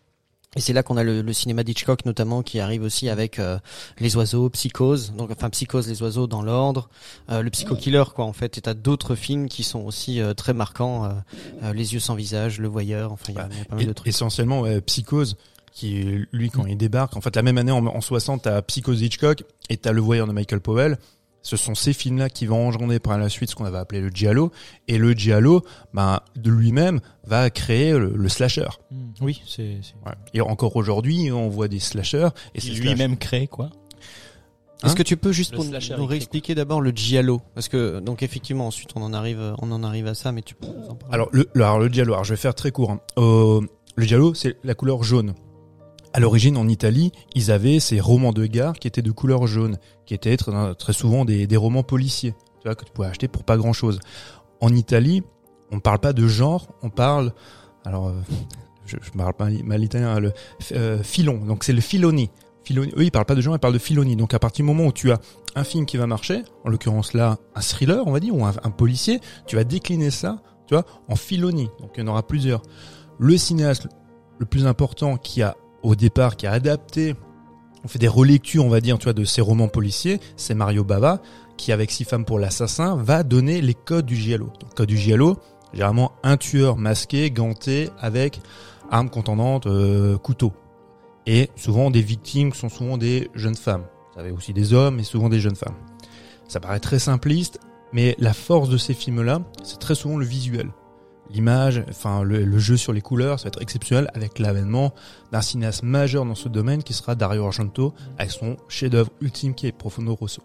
Et c'est là qu'on a le, le cinéma d'Hitchcock notamment qui arrive aussi avec euh, les oiseaux, Psychose, donc enfin Psychose, les oiseaux dans l'ordre, euh, le Psycho Killer quoi en fait. Et t'as d'autres films qui sont aussi euh, très marquants, euh, euh, Les yeux sans visage, Le Voyeur, enfin il y a, il y a pas mal de Et- trucs. essentiellement, ouais, Psychose, qui lui quand il débarque, en fait la même année en, en soixante, t'as Psychose Hitchcock et t'as Le Voyeur de Michael Powell. Ce sont ces films-là qui vont engendrer par la suite ce qu'on avait appelé le giallo. Et le giallo, ben, de lui-même, va créer le, le slasher. Mm. Oui, c'est. c'est... Ouais. Et encore aujourd'hui, on voit des slashers. Et ces Il lui-même crée quoi. Est-ce Hein que tu peux juste Le pour slasher nous écrit, réexpliquer d'abord le giallo parce que donc effectivement ensuite on en arrive on en arrive à ça mais tu peux nous en parler. Alors le, le, alors, le giallo, alors je vais faire très court. Hein. Euh, le giallo, c'est la couleur jaune. À l'origine, en Italie, ils avaient ces romans de gare qui étaient de couleur jaune, qui étaient très, très souvent des, des romans policiers, tu vois, que tu pouvais acheter pour pas grand-chose. En Italie, on parle pas de genre, on parle, alors, euh, je, je parle pas mal italien, le euh, filon. Donc c'est le filoni. Filoni. Eux, ils parlent pas de genre, ils parlent de filoni. Donc à partir du moment où tu as un film qui va marcher, en l'occurrence là, un thriller, on va dire, ou un, un policier, tu vas décliner ça, tu vois, en filoni. Donc il y en aura plusieurs. Le cinéaste le plus important qui a au départ, qui a adapté, on fait des relectures, on va dire, tu vois, de ces romans policiers, c'est Mario Bava, qui, avec Six femmes pour l'assassin, va donner les codes du giallo. Donc, code du giallo, généralement, un tueur masqué, ganté, avec arme contendante, euh, couteau. Et souvent, des victimes sont souvent des jeunes femmes. Vous savez, aussi des hommes, mais souvent des jeunes femmes. Ça paraît très simpliste, mais la force de ces films-là, c'est très souvent le visuel. L'image, enfin le, le jeu sur les couleurs, ça va être exceptionnel avec l'avènement d'un cinéaste majeur dans ce domaine qui sera Dario Argento avec son chef-d'œuvre ultime qui est Profondo Rosso.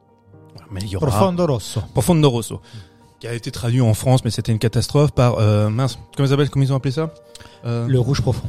Mais il y aura Profondo Rosso. Profondo Rosso, qui a été traduit en France, mais c'était une catastrophe par euh, mince. Comment ils appellent, comment ils ont appelé ça euh... Le rouge profond.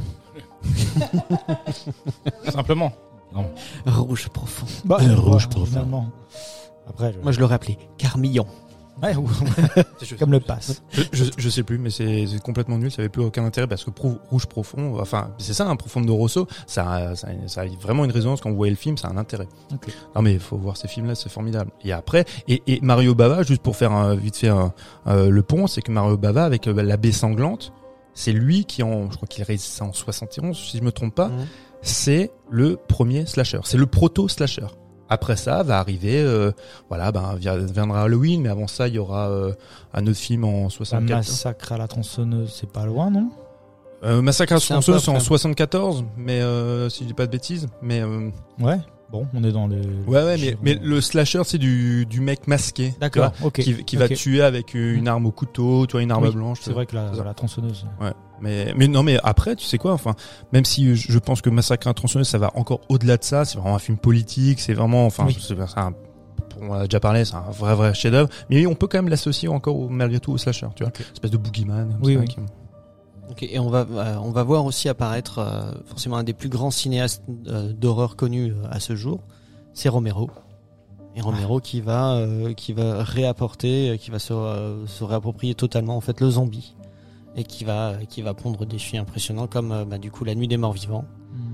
Simplement. Rouge profond. Bah, Le ouais, rouge profond. finalement. Après, je... Moi je l'aurais appelé Carmillon. ouais, ou- je, comme le passe. je, je, je sais plus, mais c'est, c'est complètement nul. Ça avait plus aucun intérêt parce que pro, rouge profond, enfin c'est ça, un Profondo Rosso, ça, ça, ça a vraiment une résonance quand vous voyez le film, ça a un intérêt. Ok. Non mais il faut voir ces films-là, c'est formidable. Et après, et, et Mario Bava, juste pour faire un, vite fait un, euh, le pont, c'est que Mario Bava avec euh, La Baie sanglante, c'est lui qui en, je crois qu'il a réalisé ça en soixante et onze, si je me trompe pas. Mhm. C'est le premier slasher. C'est le proto slasher. Après ça va arriver, euh, voilà, ben viendra Halloween, mais avant ça il y aura euh, un autre film en Un soixante-quatorze. massacre à la tronçonneuse, c'est pas loin, non? Euh, Massacre à la C'est un peu tronçonneuse, c'est en après. soixante-quatorze, mais euh, si je dis pas de bêtises, mais euh, Ouais. Bon, on est dans le. ouais, ouais, mais, giron. mais le slasher c'est du du mec masqué, tu D'accord. vois, Ok. qui, qui va Ok. tuer avec une arme au couteau, tu vois, une arme Oui, blanche. C'est vrai que la, C'est ça. la tronçonneuse. Ouais, mais mais non, mais après, tu sais quoi, enfin, même si je je pense que Massacre à la tronçonneuse, ça va encore au-delà de ça. C'est vraiment un film politique, c'est vraiment, enfin, Oui. c'est c'est un, on en a déjà parlé, c'est un vrai vrai chef-d'œuvre. Mais on peut quand même l'associer encore au- malgré tout au slasher, tu vois, Ok. espèce de boogeyman. comme Oui, ça, oui. qui- Ok, et on va euh, on va voir aussi apparaître euh, forcément un des plus grands cinéastes euh, d'horreur connus euh, à ce jour, c'est Romero. Et Romero qui va euh, qui va réapporter, euh, qui va se, euh, se réapproprier totalement en fait le zombie et qui va qui va pondre des films impressionnants comme euh, bah, du coup La Nuit des Morts Vivants.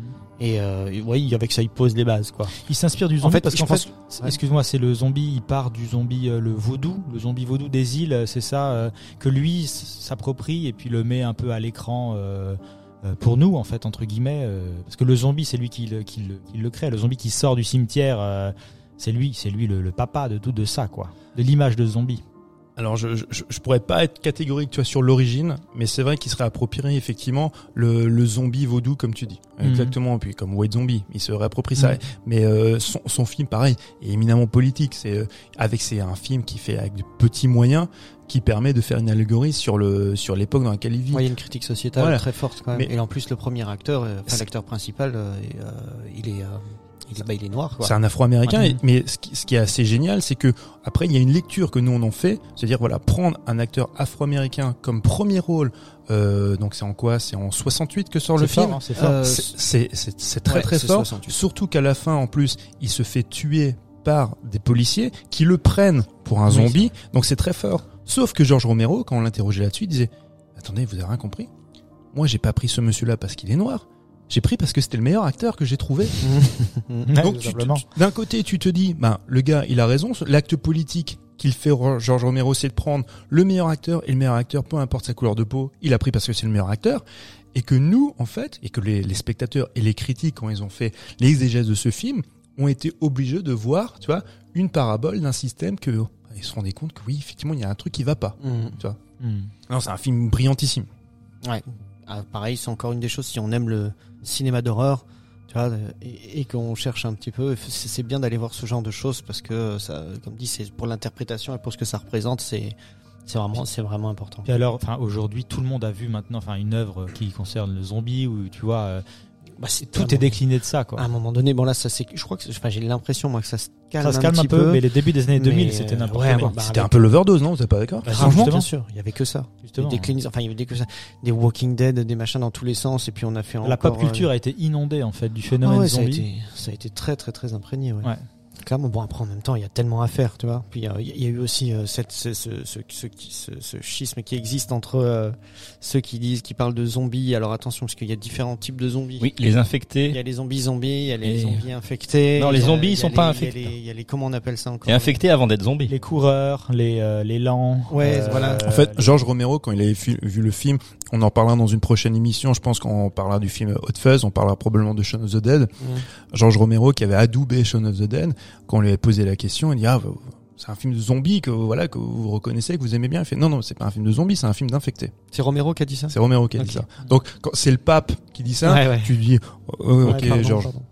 Et euh, et ouais, avec ça il pose les bases quoi. Il s'inspire du zombie En fait, parce je qu'en pense- fait, c'est- ouais. excuse-moi, c'est le zombie, il part du zombie euh, le vaudou, le zombie vaudou des îles, euh, c'est ça euh, que lui s- s'approprie et puis le met un peu à l'écran euh, euh, pour nous en fait entre guillemets euh, parce que le zombie c'est lui qui le, qui le, qui le crée, le zombie qui sort du cimetière, euh, c'est lui, c'est lui le, le papa de tout de ça quoi, de l'image de zombie. Alors je, je je pourrais pas être catégorique, tu vois, sur l'origine, mais c'est vrai qu'il serait approprié effectivement le le zombie vaudou comme tu dis, Mhm. exactement. Puis comme White Zombie, il se réapproprie ça. Mhm. Mais euh, son son film pareil est éminemment politique. C'est euh, avec c'est un film qui fait avec de petits moyens, qui permet de faire une allégorie sur le sur l'époque dans laquelle il vit. Ouais, il y a une critique sociétale Voilà. très forte quand même. Mais- Et en plus le premier acteur, euh, enfin C'est- l'acteur principal, euh, est, euh, il est euh, il est bah, il est noir quoi. C'est un Afro-américain, Ouais. et- mais ce qui, ce qui est assez génial, c'est que après il y a une lecture que nous on en fait, c'est-à-dire voilà prendre un acteur Afro-américain comme premier rôle. Euh, donc c'est en quoi? C'est en soixante-huit que sort le C'est fort, film. hein, c'est fort. Euh, C'est- C'est c'est c'est très ouais, très c'est fort. soixante-huit. Surtout qu'à la fin en plus il se fait tuer par des policiers qui le prennent pour un Oui, zombie. Donc c'est très fort. Sauf que George Romero, quand on l'interrogeait là-dessus, il disait attendez, vous avez rien compris? Moi j'ai pas pris ce monsieur-là parce qu'il est noir. J'ai pris parce que c'était le meilleur acteur que j'ai trouvé. Ouais, Donc tout tu, simplement. tu- d'un côté tu te dis, ben le gars il a raison, l'acte politique qu'il fait Ro- George Romero c'est de prendre le meilleur acteur, et le meilleur acteur peu importe sa couleur de peau, il a pris parce que c'est le meilleur acteur, et que nous en fait, et que les, les spectateurs et les critiques quand ils ont fait l'exégèse de ce film ont été obligés de voir, tu vois, une parabole d'un système que ils se rendaient compte que oui effectivement il y a un truc qui va pas. Mhm. Hmm. Non, c'est un film brillantissime. Ouais. Ah, pareil, c'est encore une des choses si on aime le cinéma d'horreur, tu vois, euh, et, et qu'on cherche un petit peu, c'est c'est bien d'aller voir ce genre de choses parce que ça, comme dit, c'est pour l'interprétation et pour ce que ça représente, c'est c'est vraiment c'est vraiment important. Puis alors, enfin aujourd'hui, tout le monde a vu maintenant, enfin une œuvre qui concerne le zombie où tu vois, euh, Bah, c'est tout est décliné de ça quoi. À un moment donné, bon là, ça c'est, je crois que, enfin, j'ai l'impression moi que ça se calme, Ça se calme un petit peu, mais les débuts des années deux mille, mais, c'était n'importe ouais, quoi. mais bah, C'était avec- un peu l'overdose, non? Vous êtes pas d'accord? Bah, Franchement, justement. bien sûr, il y avait que ça. Justement. Des clinis, enfin, il y avait des que ça, des Walking Dead, des machins dans tous les sens, et puis on a fait La encore, pop culture euh, a été inondée en fait du ah phénomène ouais, ça a zombie. été, ça a été très très très imprégné, ouais. Ouais. Clairement, bon après en même temps, il y a tellement à faire, tu vois. Puis euh, il y, y a eu aussi euh, cette, ce, ce, ce, ce, ce, ce schisme qui existe entre euh, ceux qui disent, qui parlent de zombies. Alors attention, parce qu'il y a différents types de zombies. Oui, les Il y infectés. a les zombies zombies, il y a les Et- zombies infectés. Non, les il y a- zombies, il y ils a sont les- pas il y a infectés. les- Il y a les, comment on appelle ça encore? Et infectés avant d'être zombies. Les coureurs, les euh, les lents. Ouais, voilà. En fait, les- George Romero, quand il avait vu, vu le film, on en parlera dans une prochaine émission. Je pense qu'on parlera du film Hot Fuzz, on parlera probablement de Shaun of the Dead. Mm. George Romero, qui avait adoubé Shaun of the Dead, quand on lui avait posé la question, il dit ah c'est un film de zombies que voilà que vous reconnaissez, que vous aimez bien. Il fait non non, c'est pas un film de zombies, c'est un film d'infectés. C'est Romero qui a dit ça? C'est Romero qui a Ok. dit ça. Donc quand c'est le pape qui dit ça, Ouais, ouais. tu dis oh, ok Ouais, pardon, George. pardon.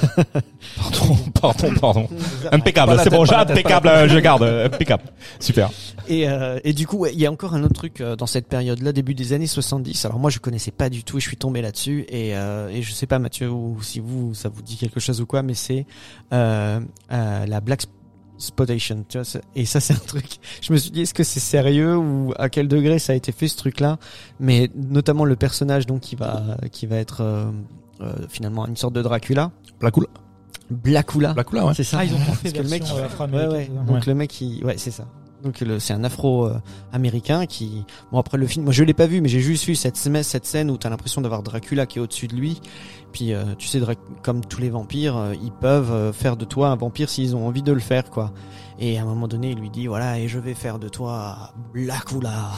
Pardon, pardon, pardon. Pas Impeccable, la c'est tête, bon, pas j'ai la tête, impeccable, euh, je garde, euh, impeccable. Super. Et, euh, et du coup, ouais, il y a encore un autre truc euh, dans cette période-là, début des années soixante-dix. Alors moi, je connaissais pas du tout et je suis tombé là-dessus. Et, euh, et je sais pas, Mathieu, ou si vous, ça vous dit quelque chose ou quoi, mais c'est euh, euh, la Black Spotation. Tu vois, c'est- et ça, c'est un truc. Je me suis dit, est-ce que c'est sérieux ou à quel degré ça a été fait ce truc-là? Mais notamment le personnage donc qui va qui va être euh, euh, finalement une sorte de Dracula, Blackula. Blackula. Blackula, ouais. C'est ça. Ah, ils ont tout fait Parce que le mec, version, euh, ouais, afro-américaine, ouais. c'est ça. Donc Ouais. le mec, il, ouais, c'est ça. Donc le, c'est un Afro-américain qui, bon après le film, moi je l'ai pas vu, mais j'ai juste vu cette scène, cette scène où t'as l'impression d'avoir Dracula qui est au-dessus de lui. Puis euh, tu sais, Dra- comme tous les vampires, euh, ils peuvent euh, faire de toi un vampire s'ils ont envie de le faire, quoi. Et à un moment donné, il lui dit voilà, et je vais faire de toi Blackula.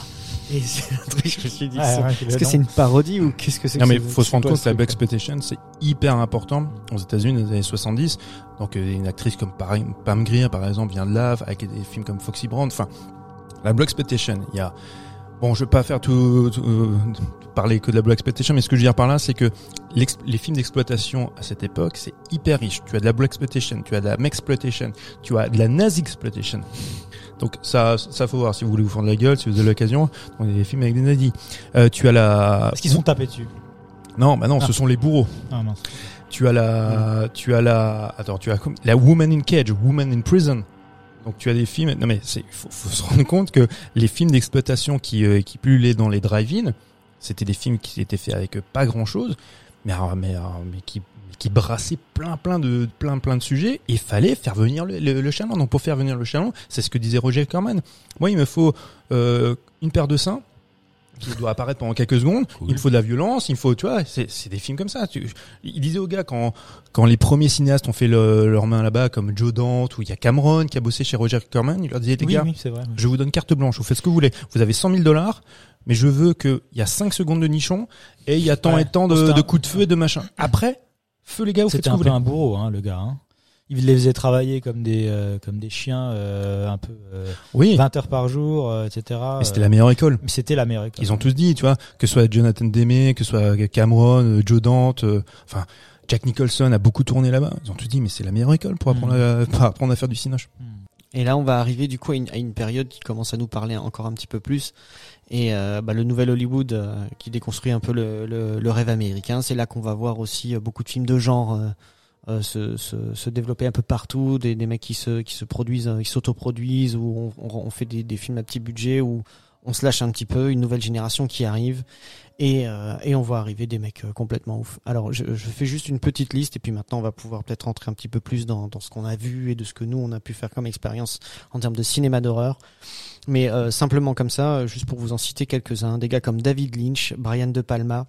Et c'est un truc, je me suis dit, Ouais, c'est- ouais, est-ce le que nom. c'est une parodie ou qu'est-ce que c'est Non que mais ce- faut se c'est rendre quoi compte ce que la truc, Black Exploitation c'est hyper important aux États-Unis dans les années soixante-dix. Donc euh, une actrice comme par- Pam Grier par exemple vient de là, avec des films comme Foxy Brown. Enfin, la Black Exploitation, il y a bon, je vais pas faire tout, tout euh, parler que de la Black Exploitation, mais ce que je veux dire par là, c'est que l'ex- les films d'exploitation à cette époque, c'est hyper riche. Tu as de la Black Exploitation, tu as de la Mexploitation, tu as de la Nazi Exploitation. Donc ça, ça faut voir si vous voulez vous faire de la gueule, si vous avez l'occasion. On a des films avec des nazis. Euh, tu as la. Est-ce qu'ils sont tapés dessus? Non, bah non, Ah. ce sont les bourreaux. Ah mince. Tu as la, tu as la, attends, tu as comme la Woman in Cage, Woman in Prison. Donc tu as des films. Non mais c'est, faut, faut se rendre compte que les films d'exploitation qui euh, qui pullulaient dans les drive-in, c'était des films qui étaient faits avec pas grand chose, mais alors, mais alors, mais qui qui brassaient plein plein de plein plein de sujets. Et il fallait faire venir le, le, le chaland. Donc pour faire venir le chaland, c'est ce que disait Roger Corman. Moi, il me faut euh, une paire de seins qui doit apparaître pendant quelques secondes. Cool. Il me faut de la violence, il me faut, tu vois, c'est, c'est des films comme ça. Tu, il disait aux gars quand, quand les premiers cinéastes ont fait le, leur main là-bas, comme Joe Dante ou il y a Cameron qui a bossé chez Roger Corman, il leur disait, les Oui, gars, oui, c'est vrai. je vous donne carte blanche, vous faites ce que vous voulez. Vous avez cent mille dollars, mais je veux que il y a cinq secondes de nichon et il y a tant Ouais. et tant de, C'était un- de coups de feu et de machin. Après, feu les gars, vous faites C'était ce que un vous peu voulez. un bourreau, hein, le gars. Hein. Il les faisait travailler comme des euh, comme des chiens, euh, un peu euh, Oui, vingt heures par jour, euh, et cetera. mais c'était euh, la meilleure école. mais c'était la meilleure école. Ils ont tous dit, tu vois, que ce soit Jonathan Demme, que ce soit Cameron, euh, Joe Dante, euh, enfin Jack Nicholson a beaucoup tourné là-bas. Ils ont tous dit, mais c'est la meilleure école pour apprendre, Mm. à, pour apprendre à faire du cinoche. Hmm. Et là, on va arriver du coup à une, à une période qui commence à nous parler encore un petit peu plus. Et euh, bah, le nouvel Hollywood euh, qui déconstruit un peu le, le, le rêve américain. C'est là qu'on va voir aussi euh, beaucoup de films de genre euh, euh, se, se, se développer un peu partout. Des, des mecs qui se, qui se produisent, euh, qui s'autoproduisent, où on, on, on fait des, des films à petit budget, où on se lâche un petit peu. Une nouvelle génération qui arrive. Et, euh, et on voit arriver des mecs euh, complètement ouf. Alors je, je fais juste une petite liste et puis maintenant on va pouvoir peut-être rentrer un petit peu plus dans, dans ce qu'on a vu et de ce que nous on a pu faire comme expérience en termes de cinéma d'horreur. Mais euh, simplement comme ça, euh, juste pour vous en citer quelques-uns, des gars comme David Lynch, Brian De Palma,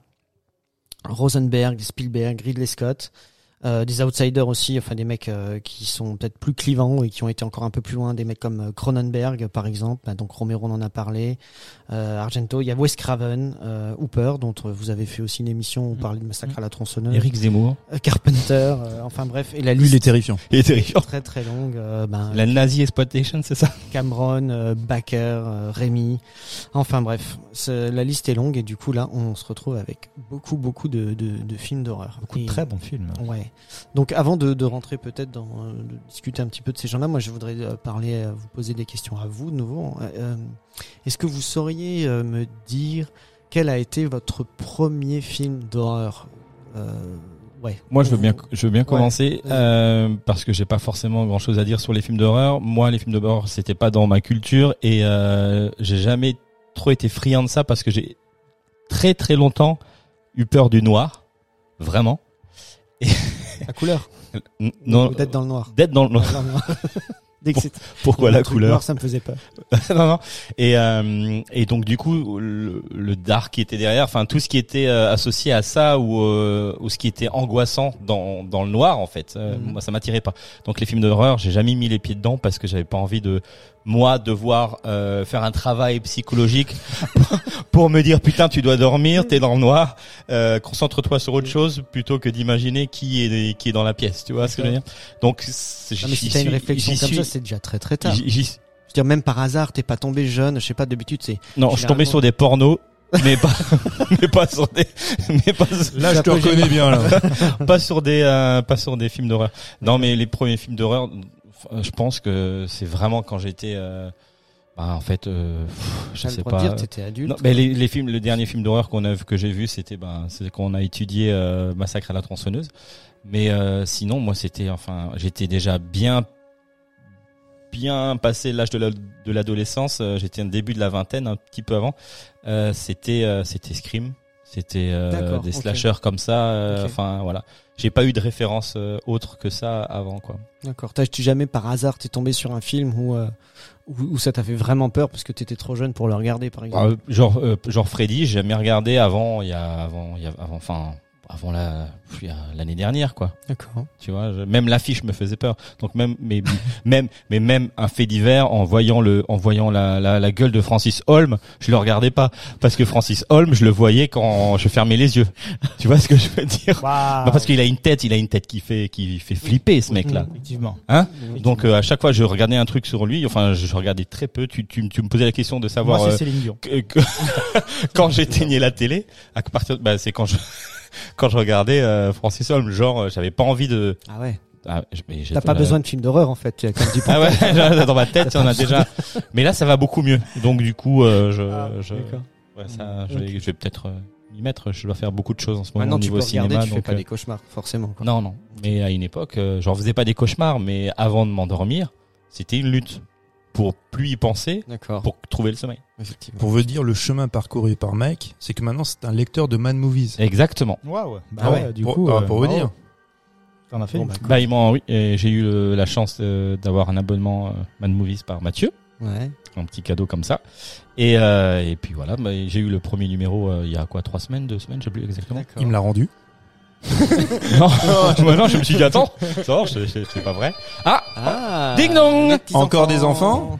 Rosenberg, Spielberg, Ridley Scott, euh, des outsiders aussi, enfin des mecs euh, qui sont peut-être plus clivants et qui ont été encore un peu plus loin, des mecs comme euh, Cronenberg par exemple, bah, donc Romero on en a parlé, euh, Argento, il y a Wes Craven, euh, Hooper dont euh, vous avez fait aussi une émission où vous parlez de Massacre à la tronçonneuse, Eric Zemmour. euh, Carpenter, euh, enfin bref, et la Lui, liste il est terrifiant. Il est terrifiant. très très longue, euh, ben, La Nazi Exploitation, c'est ça? Cameron, euh, Baker, euh, Rémi, enfin bref, c'est- la liste est longue et du coup là on se retrouve avec beaucoup beaucoup de, de, de films d'horreur. Beaucoup de Et- très bons films. Ouais. Donc avant de, de rentrer peut-être dans euh, de discuter un petit peu de ces gens-là, moi je voudrais euh, parler, euh, vous poser des questions à vous de nouveau. Euh, euh, Est-ce que vous sauriez euh, me dire quel a été votre premier film d'horreur? euh, Ouais. Moi, je veux Pour bien, vous. je veux bien commencer vas-y. euh, parce que j'ai pas forcément grand chose à dire sur les films d'horreur. Moi, les films d'horreur, c'était pas dans ma culture et euh, j'ai jamais trop été friand de ça parce que j'ai très très longtemps eu peur du noir, vraiment. La couleur. N- Non, Ou d'être dans le noir. d'être dans le noir. Dans le noir. Dès que c'est Pourquoi un la truc couleur? noir, ça me faisait peur. non, non. Et, euh, et donc du coup, le, le dark qui était derrière, enfin tout ce qui était euh, associé à ça ou, euh, ou ce qui était angoissant dans, dans le noir en fait, euh, Mhm. moi ça m'attirait pas. Donc les films d'horreur, j'ai jamais mis les pieds dedans parce que j'avais pas envie de moi devoir euh, faire un travail psychologique pour, pour me dire putain tu dois dormir, t'es dans le noir, euh, concentre-toi sur autre chose plutôt que d'imaginer qui est qui est dans la pièce, tu vois ce que je veux dire. Donc c'est- Non, mais j'y si t'as une suis- réflexion j'y comme suis- ça, c'est déjà très très tard. j'y- j'y- Je veux dire, même par hasard, t'es pas tombé jeune, je sais pas, d'habitude c'est. Non, je suis tombé Généralement- sur des pornos, mais pas, mais pas sur des, mais pas, sur- Là, je te reconnais bien, là. pas sur des, euh, pas sur des films d'horreur. Non, mais les premiers films d'horreur, euh, je pense que c'est vraiment quand j'étais, euh, bah, en fait, euh, pff, je T'as le sais droit de pas. dire, t'étais adulte. Non, mais les, les films, le dernier film d'horreur qu'on a, que j'ai vu, c'était, ben, c'est qu'on a étudié euh, Massacre à la tronçonneuse. Mais euh, sinon, moi, c'était, enfin, j'étais déjà bien, bien passé l'âge de la- de l'adolescence. Euh, j'étais au début de la vingtaine, un petit peu avant. Euh, c'était, euh, c'était Scream. C'était euh, D'accord, des ok. slashers comme ça. euh, Ok. Enfin, voilà. J'ai pas eu de référence euh, autre que ça avant, quoi. D'accord. T'as tu jamais par hasard t'es tombé sur un film où euh, où, où ça t'a fait vraiment peur parce que t'étais trop jeune pour le regarder par exemple. Euh, genre, euh, genre Freddy, j'ai jamais regardé avant. Il y a, avant, il y a, avant, enfin. avant la puis, euh, l'année dernière quoi. D'accord. Tu vois, je- même l'affiche me faisait peur. Donc même mais même mais même un fait divers en voyant le en voyant la, la la gueule de Francis Holm, je le regardais pas parce que Francis Holm, je le voyais quand je fermais les yeux. Tu vois ce que je veux dire? Waouh. Non, parce qu'il a une tête, il a une tête qui fait qui fait flipper ce mec là. Effectivement. Hein? Donc euh, à chaque fois je regardais un truc sur lui, enfin je, je regardais très peu. Tu tu tu me posais la question de savoir Moi, c'est euh, Céline Dion. que- que- quand j'éteignais la télé, à partir bah c'est quand je quand je regardais euh, Francis Holm, genre euh, j'avais pas envie de Ah ouais. ah, je- mais j'étais T'as pas là- besoin de film d'horreur en fait. Tu as comme dit Ah ouais, dans ma tête, il y en a déjà. Mais là ça va beaucoup mieux. Donc du coup euh, je Ah, je d'accord. ouais, ça je vais, je vais peut-être euh, m'y mettre, je dois faire beaucoup de choses en ce moment Maintenant au tu niveau peux regarder, cinéma tu fais donc pas euh, des cauchemars forcément. Quoi. non non, mais à une époque euh, j'en faisais pas des cauchemars mais avant de m'endormir, c'était une lutte pour plus y penser, D'accord. pour trouver le sommeil. Effectivement. Pour vous dire le chemin parcouru par Mike, c'est que maintenant c'est un lecteur de Mad Movies. Exactement. Waouh. Bah Ah ouais, ouais. du Pour- coup. ah, euh, pour vous bravo. dire. T'en as fait Bon, une. bah, Bah, ils m'ont- oui, et j'ai eu euh, la chance euh, d'avoir un abonnement euh, Mad Movies par Mathieu, Ouais. un petit cadeau comme ça. Et euh, et puis voilà, bah, j'ai eu le premier numéro euh, il y a quoi, trois semaines, deux semaines, je sais plus exactement. D'accord. Il me l'a rendu. Non, bah non, je me suis dit attends, ça va, c'est- c'est c'est pas vrai. Ah, Ah. Ding dong. les petits Encore des enfants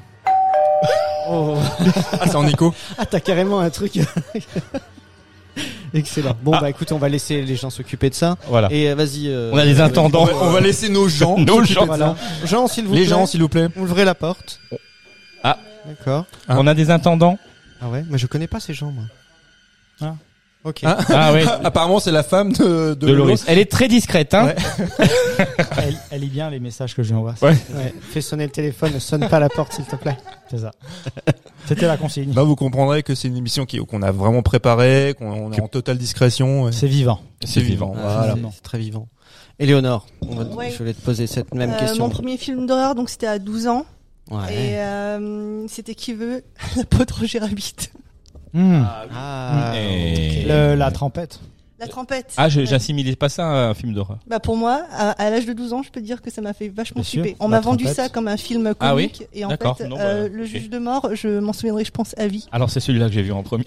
Oh. Ah, c'est en écho. Ah, t'as carrément un truc. Excellent. Bon Ah. bah écoute, on va laisser les gens s'occuper de ça. voilà. Et euh, vas-y. euh, On a des euh, intendants. On va laisser nos gens. Nos s'occuper gens. de Voilà. ça. Jean, s'il vous Les plaît. gens, s'il vous plaît. Ouvrez la porte. Ah. D'accord. Hein On a des intendants. Ah ouais, mais je connais pas ces gens moi. Ah. Ok. Ah. Ah oui, Apparemment, c'est la femme de, de, de Loris. Elle est très discrète, hein. Ouais. Elle, elle lit bien les messages que je lui envoie. Ouais. Ouais. Fais sonner le téléphone, ne sonne pas la porte s'il te plaît. C'est ça. C'était la consigne. Bah, vous comprendrez que c'est une émission qui, qu'on a vraiment préparée, qu'on on est en totale discrétion. ouais. C'est vivant. C'est vivant. Ah, Voilà. c'est- c'est très vivant. Éléonore, on va- Ouais. je voulais te poser cette même Euh, question. Mon premier film d'horreur, donc c'était à douze ans. Ouais. Et euh, c'était Qui veut la peau de Roger Rabbit. Hmm. Ah. Et- ok. Le- la trompette. La trompette. Ah, je- Ouais. j'assimilais pas ça à un film d'horreur. Bah pour moi, à, à l'âge de douze ans, je peux dire que ça m'a fait vachement Bien sûr, flipper. On la m'a vendu trompette. ça comme un film comique. Ah oui Et en D'accord, fait, non, euh, bah, le ok. juge de mort, je m'en souviendrai, je pense, à vie. Alors c'est celui-là que j'ai vu en premier.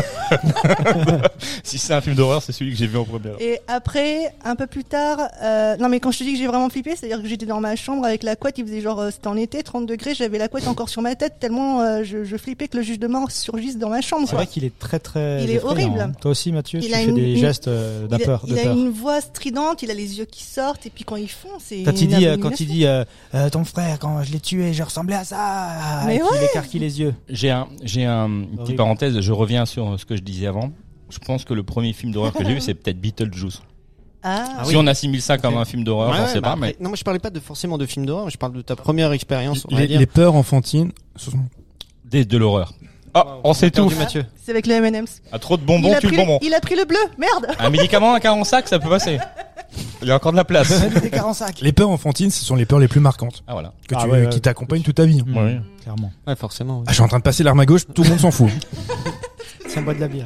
Si c'est un film d'horreur, c'est celui que j'ai vu en premier. Et après, un peu plus tard, euh, non mais quand je te dis que j'ai vraiment flippé, c'est-à-dire que j'étais dans ma chambre avec la couette, il faisait genre, euh, c'était en été, trente degrés, j'avais la couette encore sur ma tête, tellement euh, je, je flippais que le juge de mort surgisse dans ma chambre. C'est quoi. vrai qu'il est très très. Il est effrayant, horrible. hein. Toi aussi, Mathieu, Il tu a fais une- des une- gestes euh, Il a, d'apeur. il de a peur. une voix stridente, il a les yeux qui sortent, et puis quand il fonce, c'est. Quand il une dit, euh, quand il abomination. dit euh, euh, ton frère, quand je l'ai tué, je ressemblais à ça. Mais et qu'il écarquille les yeux. J'ai un, j'ai un, une petite Horrible. parenthèse. Je reviens sur ce que je disais avant. Je pense que le premier film d'horreur que j'ai vu, c'est peut-être Beetlejuice. Ah, Ah Si oui. on assimile ça comme Ok. un film d'horreur, Ouais, j'en ouais, sais bah pas, après- mais Non, moi je parlais pas de forcément de film d'horreur, je parle de ta première expérience. On va Les, dire. les peurs enfantines. ce sont- des, de l'horreur. Ah, on sait tout. Perdu, Mathieu. c'est avec le M and M's. À trop de bonbons, il, a tu le pris bonbon. il a pris le bleu, merde. Un médicament, un quarante sac, ça peut passer. Il y a encore de la place. Des quarante-cinq. Les peurs enfantines, ce sont les peurs les plus marquantes Ah voilà. que Ah tu, ouais, ouais. qui t'accompagnent toute ta vie. Mmh, Oui. Clairement. Ouais, forcément. ouais. Ah, je suis en train de passer l'arme à gauche, tout le monde s'en fout. Ça boit de la bière.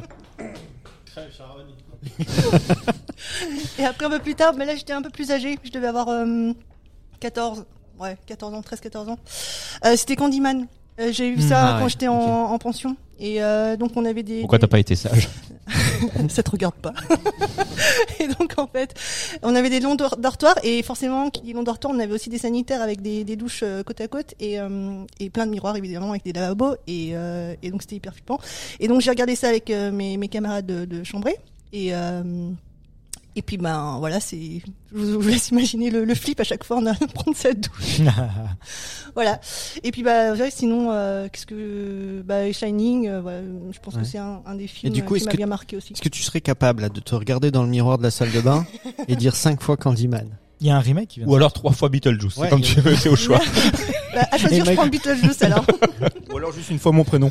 Et après un peu plus tard, mais là j'étais un peu plus âgée, je devais avoir euh, quatorze, ouais, quatorze ans, treize quatorze ans. Euh, c'était Candyman. Euh, j'ai vu Mmh, ça ah quand ouais, j'étais en, ok. en pension. Et euh, donc on avait des. Pourquoi des- t'as pas été sage? Ça te regarde pas. Et donc en fait, on avait des longs dor- dortoirs et forcément, qui dit long dortoir, on avait aussi des sanitaires avec des, des douches euh, côte à côte et, euh, et plein de miroirs évidemment avec des lavabos et, euh, et donc c'était hyper flippant. Et donc j'ai regardé ça avec euh, mes, mes camarades de, de chambrée et euh, et puis ben voilà, c'est je vous, je vous laisse imaginer le, le flip à chaque fois on a prendre cette douche. Voilà. Et puis bah ouais, sinon euh, qu'est-ce que bah Shining, euh, voilà, je pense Ouais. que c'est un, un des films du coup, euh, est-ce qui m'a que- bien marqué aussi. Est-ce que tu serais capable là, de te regarder dans le miroir de la salle de bain et dire cinq fois Candyman? Il y a un remake qui vient. de Ou alors trois fois Beetlejuice. Ouais, c'est comme il y a- tu veux, c'est au choix. Bah, à choisir, Et je Mike- prends Beetlejuice alors. Ou alors juste une fois mon prénom.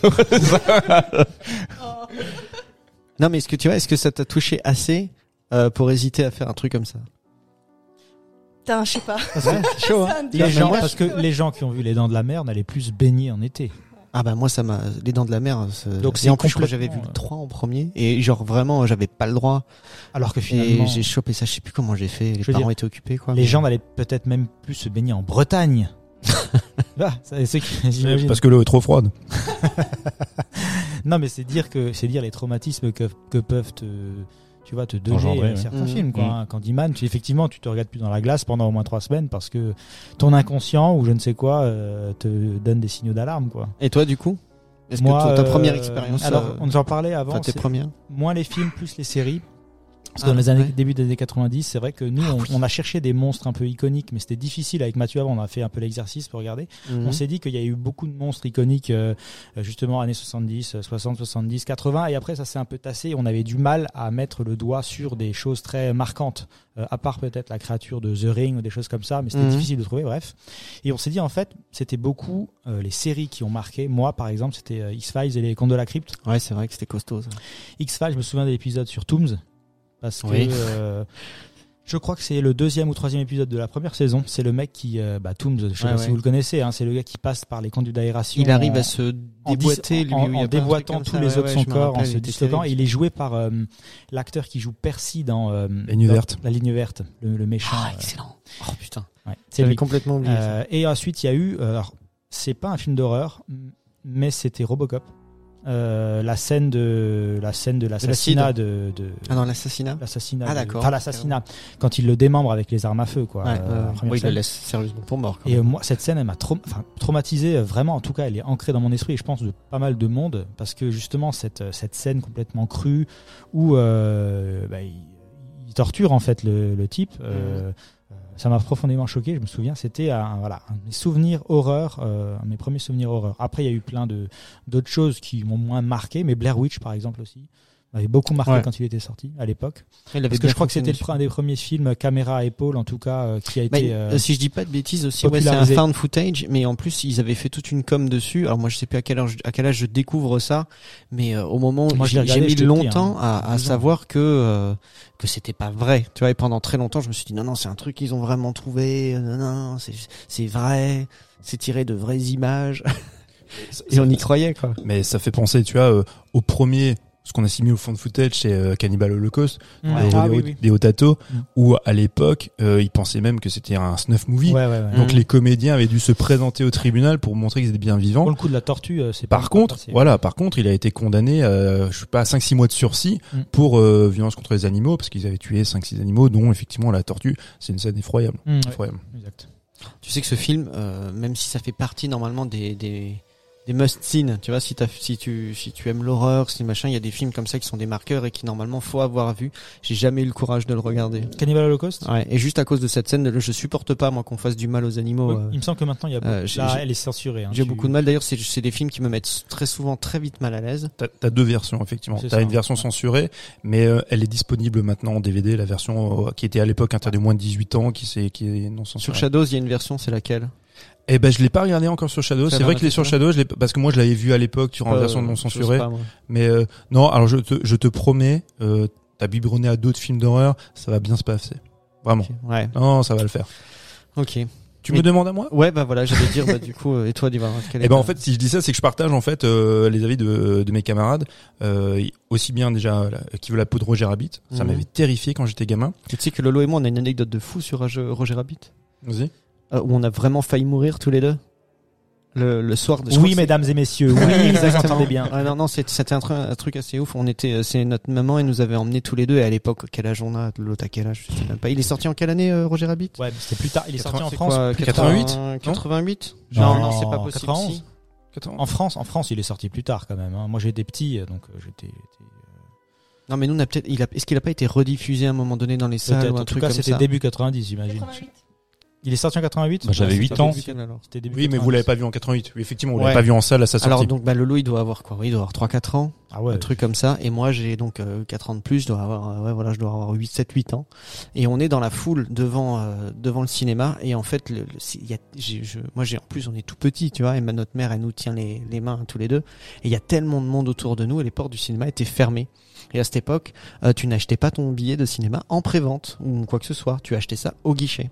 Non, mais est-ce que tu vois, est-ce que ça t'a touché assez euh, pour hésiter à faire un truc comme ça? Putain, je sais pas. Ouais, c'est chaud, hein. Ça me dit Les Mais gens, moi, parce que les gens qui ont vu les dents de la mer n'allaient plus se baigner en été. Ah bah moi ça m'a les dents de la mer. c'est- Donc et c'est en plus je crois que j'avais complètement, vu euh, le trois en premier et genre vraiment j'avais pas le droit Alors que et finalement, j'ai chopé ça, je sais plus comment j'ai fait, les Je veux parents dire, étaient occupés quoi. les mais- gens n'allaient peut-être même plus se baigner en Bretagne. Ah, ça, c'est que- j'imagine. Parce que l'eau est trop froide. Non, mais c'est dire que c'est dire les traumatismes que, que peuvent te, tu vois, te donner Engendrer, euh, ouais. certains Mmh. films. Quoi, Mmh. hein. Candyman, tu, effectivement, tu te regardes plus dans la glace pendant au moins trois semaines parce que ton inconscient ou je ne sais quoi euh, te donne des signaux d'alarme, quoi. Et toi, du coup, est-ce Moi, que ta, ta première euh, expérience, alors, euh, on nous en parlait avant. enfin tes c'est premières, moins les films, plus les séries. Parce que Ah, dans les années, ouais. début des années quatre-vingt-dix, c'est vrai que nous, Ah on, oui. on a cherché des monstres un peu iconiques, mais c'était difficile avec Mathieu avant. On a fait un peu l'exercice pour regarder. Mhm. On s'est dit qu'il y a eu beaucoup de monstres iconiques, euh, justement, années soixante-dix, soixante, soixante-dix, quatre-vingts. Et après, ça s'est un peu tassé. On avait du mal à mettre le doigt sur des choses très marquantes, euh, à part peut-être la créature de The Ring ou des choses comme ça, mais c'était Mhm. difficile de trouver, bref. Et on s'est dit, en fait, c'était beaucoup euh, les séries qui ont marqué. Moi, par exemple, c'était euh, X-Files et les Contes de la Crypte. Ouais, c'est vrai que c'était costaud. Ça. X-Files, je me souviens de l'épisode sur Tooms. Parce que Oui. euh, je crois que c'est le deuxième ou troisième épisode de la première saison. C'est le mec qui, euh, bah, Tooms, je sais Ouais, pas ouais. si vous le connaissez, hein, c'est le gars qui passe par les conduits d'aération. Il arrive en- à se en déboîter, dis- lui, en, oui, en il y a pas un truc déboîtant comme tous ça, les ouais, os de ouais, son je me corps, en rappelle, se il était disloquant. terrible. Et il est joué par euh, l'acteur qui joue Percy dans euh, La ligne dans verte. La ligne verte, le, le méchant. Ah, euh, excellent. Oh putain, ouais, c'est j'avais lui. complètement oublié. ça. Euh, et ensuite, il y a eu, euh, alors, c'est pas un film d'horreur, m- mais c'était Robocop. Euh, la scène de la scène de l'assassinat de, de Ah non, l'assassinat. l'assassinat Ah, de- d'accord. enfin l'assassinat quand il le démembre avec les armes à feu, quoi. Ouais, euh, euh, la première oui, il le scène. laisse sérieusement pour mort. quand Et euh, même. moi, cette scène, elle m'a trau- enfin, traumatisé, euh, vraiment. En tout cas, elle est ancrée dans mon esprit, et je pense de pas mal de monde, parce que justement, cette, euh, cette scène complètement crue, où euh, bah, il, il torture en fait le, le type, euh, euh, ça m'a profondément choqué. Je me souviens, c'était un, voilà, un de mes souvenirs horreur, euh, un de mes premiers souvenirs horreur. Après, il y a eu plein de d'autres choses qui m'ont moins marqué, mais Blair Witch, par exemple, aussi. M'avait beaucoup marqué Ouais. quand il était sorti à l'époque. Il avait Parce que bien je crois que c'était fonctionné, le, un des premiers films caméra à épaule, en tout cas, euh, qui a Bah, été. euh, euh, si je dis pas de bêtises aussi, ouais, c'est un popularisé. found footage, mais en plus ils avaient fait toute une com dessus. Alors moi je sais plus à quel âge, à quel âge je découvre ça, mais euh, au moment où Moi, je j'ai l'ai j'ai regardé, mis j'étais petit, longtemps hein, à, à douze ans. savoir que euh, que c'était pas vrai. Tu vois, et pendant très longtemps je me suis dit non non c'est un truc qu'ils ont vraiment trouvé, euh, non non c'est c'est vrai, c'est tiré de vraies images et on y croyait quoi. Mais ça fait penser, tu vois, euh, au premier, ce qu'on assimile au found footage, c'est euh, Cannibal Holocaust, Ouais. de Ah Rodeo oui, oui. Deodato, Mm. où à l'époque, euh, ils pensaient même que c'était un snuff movie. Ouais, ouais, ouais. Donc Mm. les comédiens avaient dû se présenter au tribunal pour montrer qu'ils étaient bien vivants. Pour le coup de la tortue, euh, c'est pas Par contre, passé. voilà, par contre, il a été condamné, euh, je sais pas, à cinq six mois de sursis Mm. pour euh, violence contre les animaux, parce qu'ils avaient tué cinq six animaux, dont effectivement la tortue. C'est une scène effroyable. Mmh, ouais. Effroyable. Exact. Tu sais que ce film, euh, même si ça fait partie normalement des des des must-seen, tu vois, si t'as, si tu, si tu aimes l'horreur, si machin, il y a des films comme ça qui sont des marqueurs et qui normalement faut avoir vu. J'ai jamais eu le courage de le regarder. Cannibal Holocaust. Ouais, et juste à cause de cette scène, je supporte pas moi qu'on fasse du mal aux animaux. Ouais, euh, Il me semble que maintenant il y a beaucoup. euh, j'ai- Là, j'ai- elle est censurée. Hein, J'ai tu- beaucoup de mal. D'ailleurs, c'est, c'est des films qui me mettent très souvent très vite mal à l'aise. T'as, t'as deux versions, effectivement. C'est T'as ça, une version ouais. censurée, mais euh, elle est disponible maintenant en D V D, la version euh, qui était à l'époque interdite moins de dix-huit ans, qui, c'est, qui est non Sur censurée. Shadows, il y a une version, c'est laquelle? Eh ben, je l'ai pas regardé encore sur Shadow. Ça C'est va, vrai qu'il est sur ça Shadow, je l'ai, parce que moi je l'avais vu à l'époque sur une Euh, version non je sais censurée. pas, moi. Mais euh, non, alors je te, je te promets, euh, t'as biberonné à d'autres films d'horreur, ça va bien se passer. Vraiment. Ok, ouais. Non, ça va le faire. Ok. Tu Mais- me demandes à moi? Ouais, bah voilà, j'allais dire, bah du coup, euh, et toi, Diva, quelle est Eh ben ta- en fait, si je dis ça, c'est que je partage en fait euh, les avis de, de mes camarades, euh, aussi bien déjà là, qui veut la peau de Roger Rabbit. Ça Mhm. m'avait terrifié quand j'étais gamin. tu sais que Lolo et moi, on a une anecdote de fou sur Roger Roger Rabbit, Vas-y. euh, où on a vraiment failli mourir tous les deux. Le, le soir de. je crois Oui, que c'est- mesdames et messieurs. Oui, Ouais, vous exactement. entendez bien. Ah non, non, c'est- c'était un, truc- un truc assez ouf. On était, euh, c'est notre maman, elle nous avait emmenés tous les deux. Et à l'époque, quel âge on a? L'autre à quel âge? Je sais même pas. Il est sorti en quelle année, euh, Roger Rabbit? Ouais, mais c'était plus tard. Il est sorti en C'est France. quoi, plus quatre-vingt-huit, quatre-vingts, non quatre-vingt-huit? Non, Non, non, c'est pas possible. quatre-vingt-onze. si. En France, en France, il est sorti plus tard quand même. Hein. Moi, j'étais petit, donc euh, j'étais. j'étais, Non, mais nous, on a peut-être, il a, est-ce qu'il a pas été rediffusé à un moment donné dans les salles Peut-être. ou un En tout truc cas, comme c'était ça? début quatre-vingt-dix, j'imagine. Il est sorti en quatre-vingt-huit. Bah, j'avais Ouais, huit c'était ans. début, alors. C'était début. Oui, mais vous quatre-vingt-dix. l'avez pas vu en quatre-vingt-huit. Oui, effectivement, vous Ouais. l'avez pas vu en salle à sa sortie. Alors, donc, bah, Lolo, il doit avoir quoi? Oui, il doit avoir trois quatre ans. Ah ouais. Un truc comme ça. Et moi, j'ai donc euh, quatre ans de plus. Je dois avoir, euh, ouais, voilà, je dois avoir huit, sept, huit ans. Et on est dans la foule devant, euh, devant le cinéma. Et en fait, le, le- c'est- il y a, j'ai, je, moi, j'ai, en plus, on est tout petit, tu vois. Et ma, notre mère, elle nous tient les, les mains tous les deux. Et il y a tellement de monde autour de nous. Et les portes du cinéma étaient fermées. Et à cette époque, euh, tu n'achetais pas ton billet de cinéma en pré-vente ou quoi que ce soit. Tu achetais ça au guichet.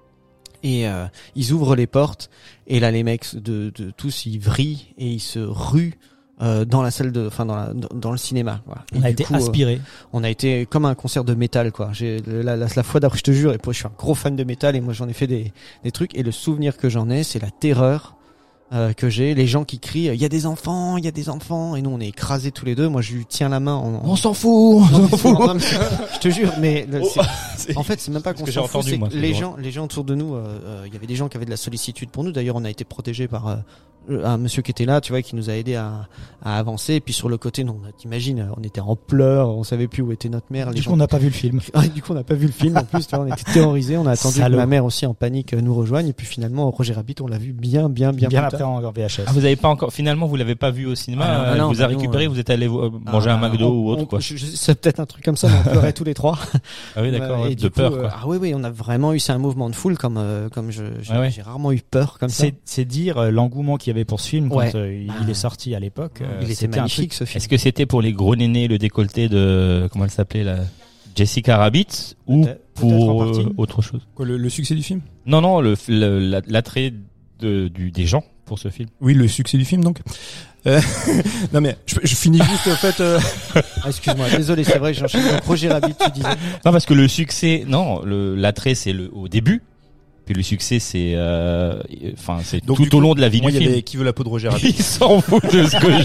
Et euh, ils ouvrent les portes. Et là, les mecs de, de tous, ils vrillent et ils se ruent. Euh, dans la salle de, enfin dans, la, dans, dans le cinéma. Quoi. Et On a du été coup, euh, aspiré. on a été comme un concert de métal, quoi. J'ai la, la, la fois d'après, je te jure, et moi je suis un gros fan de métal et moi j'en ai fait des, des trucs. Et le souvenir que j'en ai, c'est la terreur euh, que j'ai, les gens qui crient, il y a des enfants, il y a des enfants, et nous on est écrasés tous les deux. Moi je lui tiens la main. En... On s'en fout. Non, mais c'est- non, mais c'est- je te jure, mais le- c'est- C'est- en fait c'est même pas qu'on que s'en j'ai fout, entendu, c'est moi, que c'est les drôle. gens, les gens autour de nous, euh, euh, il y avait des gens qui avaient de la sollicitude pour nous. D'ailleurs on a été protégés par euh, un monsieur qui était là, tu vois, qui nous a aidé à, à avancer. Et puis sur le côté, non, t'imagines, on était en pleurs, on savait plus où était notre mère. Les Du gens coup, on n'a pas vu le film. Ah, du coup, on n'a pas vu le film. En plus, tu vois, on était terrorisés. On a attendu Salaud. que ma mère aussi en panique euh, nous rejoigne. Et puis finalement, Roger Rabbit, on l'a vu bien, bien, bien, Bien plus après tard. en V H S. Ah, vous avez pas encore, finalement, vous l'avez pas vu au cinéma, Ah, non, euh, non, vous bah a non, récupéré, euh. vous êtes allé euh, manger Ah, un McDo on- ou autre, on- quoi. je- je- C'est peut-être un truc comme ça, mais on pleurait tous les trois. Ah oui, d'accord, Euh, ouais, et de du peur, coup, quoi. euh, ah oui, oui, on a vraiment eu, c'est un mouvement de foule comme, euh, comme je, j'ai, Ouais, ouais. j'ai rarement eu peur comme ça. C'est, c'est dire euh, l'engouement qu'il y avait pour ce film quand Ouais. euh, il, il est sorti à l'époque. euh, Il était c'était un magnifique, truc- ce film. Est-ce que c'était pour les gros nénés, le décolleté de, comment elle s'appelait, là? Jessica Rabbit, ou Peut-être- peut-être en pour partie. euh, autre chose? Quoi, le, le succès du film? Non, non, le, le- la- l'attrait de, du, des gens pour ce film. Oui, le succès du film, donc. Euh, non mais je, je finis juste en fait. Euh... Ah, excuse-moi, désolé, c'est vrai, j'enchaîne. Donc, Roger Rabbit, tu disais. Non, parce que le succès, non, le, l'attrait, c'est le, au début. Puis le succès, c'est, euh, enfin, c'est Donc, tout du au coup, long de la vie Moi, du il y film. avait Qui veut la peau de Roger Rabbit. Il s'en fout de ce que je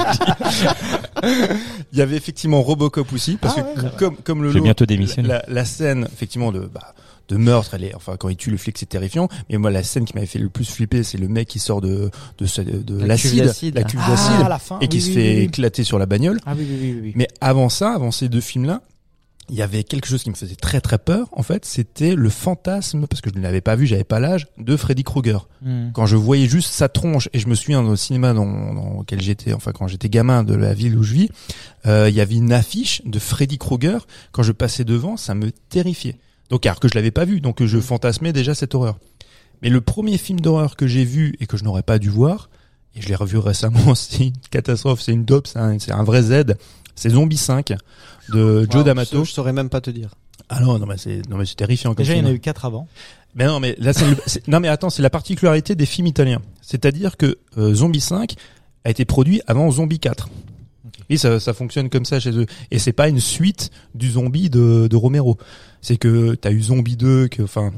dis. Il y avait effectivement Robocop aussi, parce Ah que ouais, comme comme le Je vais lot, bientôt démissionner. la, la scène effectivement de bah, de meurtre, elle est, enfin quand il tue le flic, c'est terrifiant. Mais moi, la scène qui m'avait fait le plus flipper, c'est le mec qui sort de de, ce- de La l'acide, cuve d'acide. la cuve Ah, d'acide, à la fin. et qui oui, se oui, fait oui, oui. éclater sur la bagnole. Ah oui, oui, oui, oui. Mais avant ça, avant ces deux films-là, il y avait quelque chose qui me faisait très très peur. En fait, c'était le fantasme, parce que je ne l'avais pas vu, j'avais pas l'âge, de Freddy Krueger. Hmm. Quand je voyais juste sa tronche, et je me souviens au cinéma dans, dans lequel j'étais, enfin quand j'étais gamin de la ville où je vis, euh, il y avait une affiche de Freddy Krueger. Quand je passais devant, ça me terrifiait. Donc alors que je l'avais pas vu, donc je fantasmais déjà cette horreur. Mais le premier film d'horreur que j'ai vu et que je n'aurais pas dû voir, et je l'ai revu récemment, c'est une catastrophe, c'est une dope, c'est un, c'est un vrai Z. C'est Zombie cinq de Joe Wow, D'Amato. Je saurais même pas te dire. Ah non, non mais c'est non mais c'est terrifiant comme Déjà, il y film. en a eu quatre avant. Mais non, mais là, c'est le- c'est- non, mais attends, c'est la particularité des films italiens. C'est-à-dire que euh, Zombie cinq a été produit avant Zombie quatre. Et ça, ça fonctionne comme ça chez eux. Et c'est pas une suite du Zombie de, de Romero. C'est que t'as eu Zombie deux, que, enfin,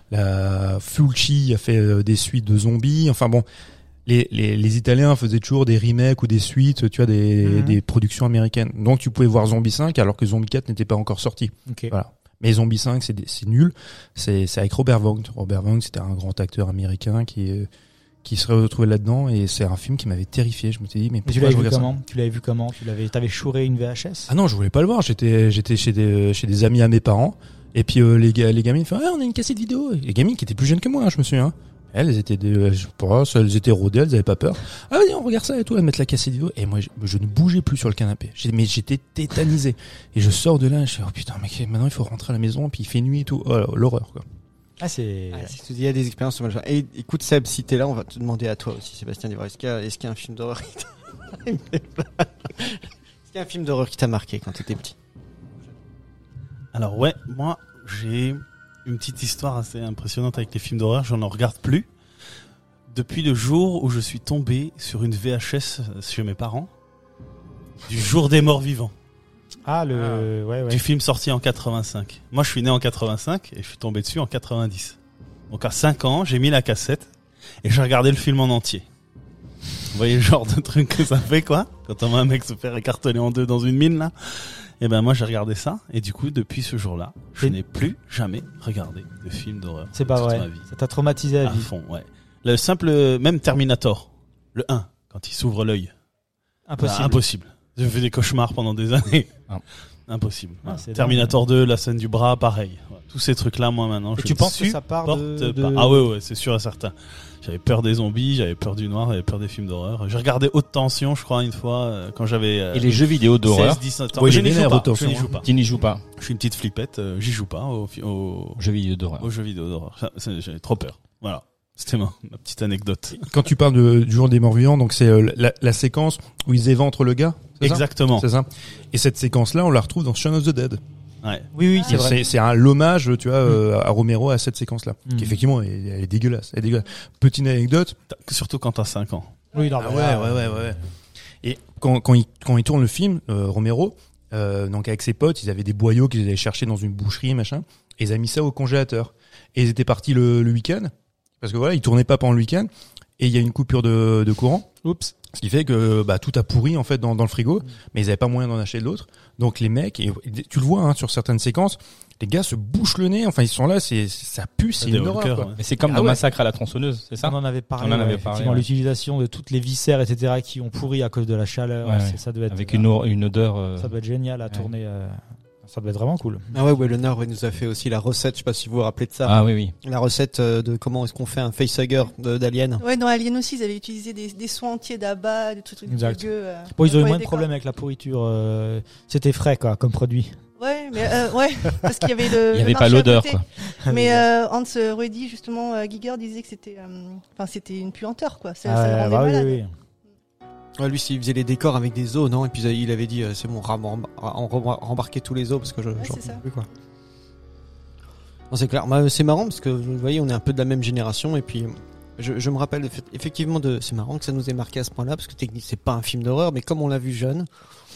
la Fulci a fait euh, des suites de Zombies. Enfin bon, les, les, les Italiens faisaient toujours des remakes ou des suites, tu vois, des, Mhm. des productions américaines. Donc tu pouvais voir Zombie cinq alors que Zombie quatre n'était pas encore sorti. Ok. Voilà. Mais Zombie cinq, c'est, des- c'est nul. C'est, c'est avec Robert Vaughn. Robert Vaughn, c'était un grand acteur américain qui, euh, qui se retrouvait là-dedans, et c'est un film qui m'avait terrifié. Je me suis dit, mais Mais tu pourquoi l'avais je vu regarde ça? comment Tu l'avais vu comment Tu l'avais, t'avais chouré une V H S Ah non, je voulais pas le voir. J'étais, j'étais chez des, chez des amis à mes parents. Et puis, euh, les gars, les gamines font, ah, on a une cassette vidéo. Et les gamines qui étaient plus jeunes que moi, hein, je me souviens. Elles, elles étaient, des, je sais pas, elles étaient rodées, elles avaient pas peur. Ah, vas-y, on regarde ça et tout, elles mettent la cassette vidéo. Et moi, je, je ne bougeais plus sur le canapé. J'ai- mais j'étais tétanisé. Et je sors de là, et je fais, oh putain, mec, maintenant il faut rentrer à la maison, puis il fait nuit et tout. Oh, l'horreur, quoi. Ah, c'est. Ah, si tu dis, il y a des expériences sur le genre. Et écoute, Seb, si t'es là, on va te demander à toi aussi, Sébastien Duvray. Est-ce qu'il y a, est-ce qu'il y a un film d'horreur qui t'a... Il me fait peur. Est-ce qu'il y a un film d'horreur qui t'a marqué quand t'étais petit? Alors ouais, moi j'ai une petite histoire assez impressionnante avec les films d'horreur, j'en en regarde plus. Depuis le jour où je suis tombé sur une V H S chez mes parents, du Jour des Morts Vivants, Ah, le. Ouais, ouais. du film sorti en quatre-vingt-cinq. Moi je suis né en quatre-vingt-cinq et je suis tombé dessus en quatre-vingt-dix. Donc à cinq ans, j'ai mis la cassette et j'ai regardé le film en entier. Vous voyez le genre de truc que ça fait, quoi, quand on voit un mec se faire écarteler en deux dans une mine, là. Et ben moi j'ai regardé ça, et du coup depuis ce jour-là, je Et- n'ai plus jamais regardé de film d'horreur. C'est pas toute vrai. ma vie. Ça t'a traumatisé à À vie. fond, ouais. Le simple, même Terminator, le un, quand il s'ouvre l'œil. Impossible. Bah, impossible. J'ai fait des cauchemars pendant des années. Ah. Impossible. Ah, Voilà. c'est Terminator deux, la scène du bras, pareil. Ouais. Tous ces trucs-là, moi maintenant, Et je tu ne penses que ça part supporte de, pas. de- Ah ouais, ouais, c'est sûr et certain. J'avais peur des zombies, j'avais peur du noir, j'avais peur des films d'horreur. J'ai regardé Haute Tension, je crois, une fois, euh, quand j'avais euh, Et les jeux vidéo d'horreur, seize, dix-sept ans. Ouais, il je est n'y joue vénère, pas. Haute Je Tension, n'y joue pas. tu n'y joues pas. Je suis une petite flippette, euh, j'y joue pas au, au, Jeux vidéo d'horreur. aux jeux vidéo d'horreur. Ça, c'est- J'avais trop peur. Voilà. C'était ma, ma petite anecdote. Quand tu parles de, du jour des morts vivants, donc c'est euh, la, la séquence où ils éventrent le gars. C'est ça Exactement. C'est ça. Et cette séquence-là, on la retrouve dans Shaun of the Dead. Ouais. Oui, oui, c'est Et vrai. C'est, c'est un l'hommage, tu vois, euh, à Romero à cette séquence-là, Mm. qui effectivement elle, elle est dégueulasse. Elle est dégueulasse. Petite anecdote. T'as- Surtout quand t'as cinq ans. Oui, non, Ah mais ouais, là, ouais, ouais, ouais. Et quand quand il quand il tourne le film, euh, Romero, euh, donc avec ses potes, ils avaient des boyaux qu'ils allaient chercher dans une boucherie, machin, et ils avaient mis ça au congélateur. Et ils étaient partis le, le week-end, parce que voilà, ils tournaient pas pendant le week-end. et il y a une coupure de, de courant. Oups. Ce qui fait que bah tout a pourri en fait dans, dans le frigo, mais ils avaient pas moyen d'en acheter d'autres. Donc les mecs, et tu le vois hein, sur certaines séquences, les gars se bouchent le nez. Enfin ils sont là, c'est ça pue, c'est Des une horreur. Walkers, Quoi. ouais. Mais c'est comme Ah dans ouais. Massacre à la tronçonneuse, c'est ça? On en avait parlé. On en avait ouais, parlé, effectivement, ouais. l'utilisation de toutes les viscères, et cetera, qui ont pourri à cause de la chaleur. Ouais, c'est- ouais. Ça doit être Avec une, o- une odeur. euh, ça doit être génial à Ouais. tourner. euh, Ça doit être vraiment cool. Ah ouais, Wellner il nous a fait aussi la recette, je sais pas si vous vous rappelez de ça. Ah oui, oui. La recette euh, de comment est-ce qu'on fait un facehugger de- d'Alien. Ouais, dans Alien aussi, ils avaient utilisé des, des soins entiers d'abat, des trucs Exact. dégueux. Euh, Bon, ils ont pour eu les moins de décors. problèmes avec la pourriture. euh, C'était frais, quoi, comme produit. Ouais, mais euh, ouais, parce qu'il y avait le. Il y le avait pas marché à l'odeur, côté. quoi. Mais euh, Hans Ruedi, justement, euh, Giger disait que c'était, euh, enfin, c'était une puanteur, quoi. Ça, ça le Ah, rendait bah oui, malade. oui, oui. Ouais, lui, il faisait les décors avec des os, non? Et puis il avait dit, euh, c'est bon, ram- ram- ram- ram- rembarquer tous les os parce que je, Ouais, j'en c'est peux ça. plus, quoi. Non, c'est clair. Bah, c'est marrant parce que vous voyez, on est un peu de la même génération et puis je, je me rappelle eff- effectivement de. C'est marrant que ça nous ait marqué à ce point-là parce que techniquement c'est pas un film d'horreur, mais comme on l'a vu jeune,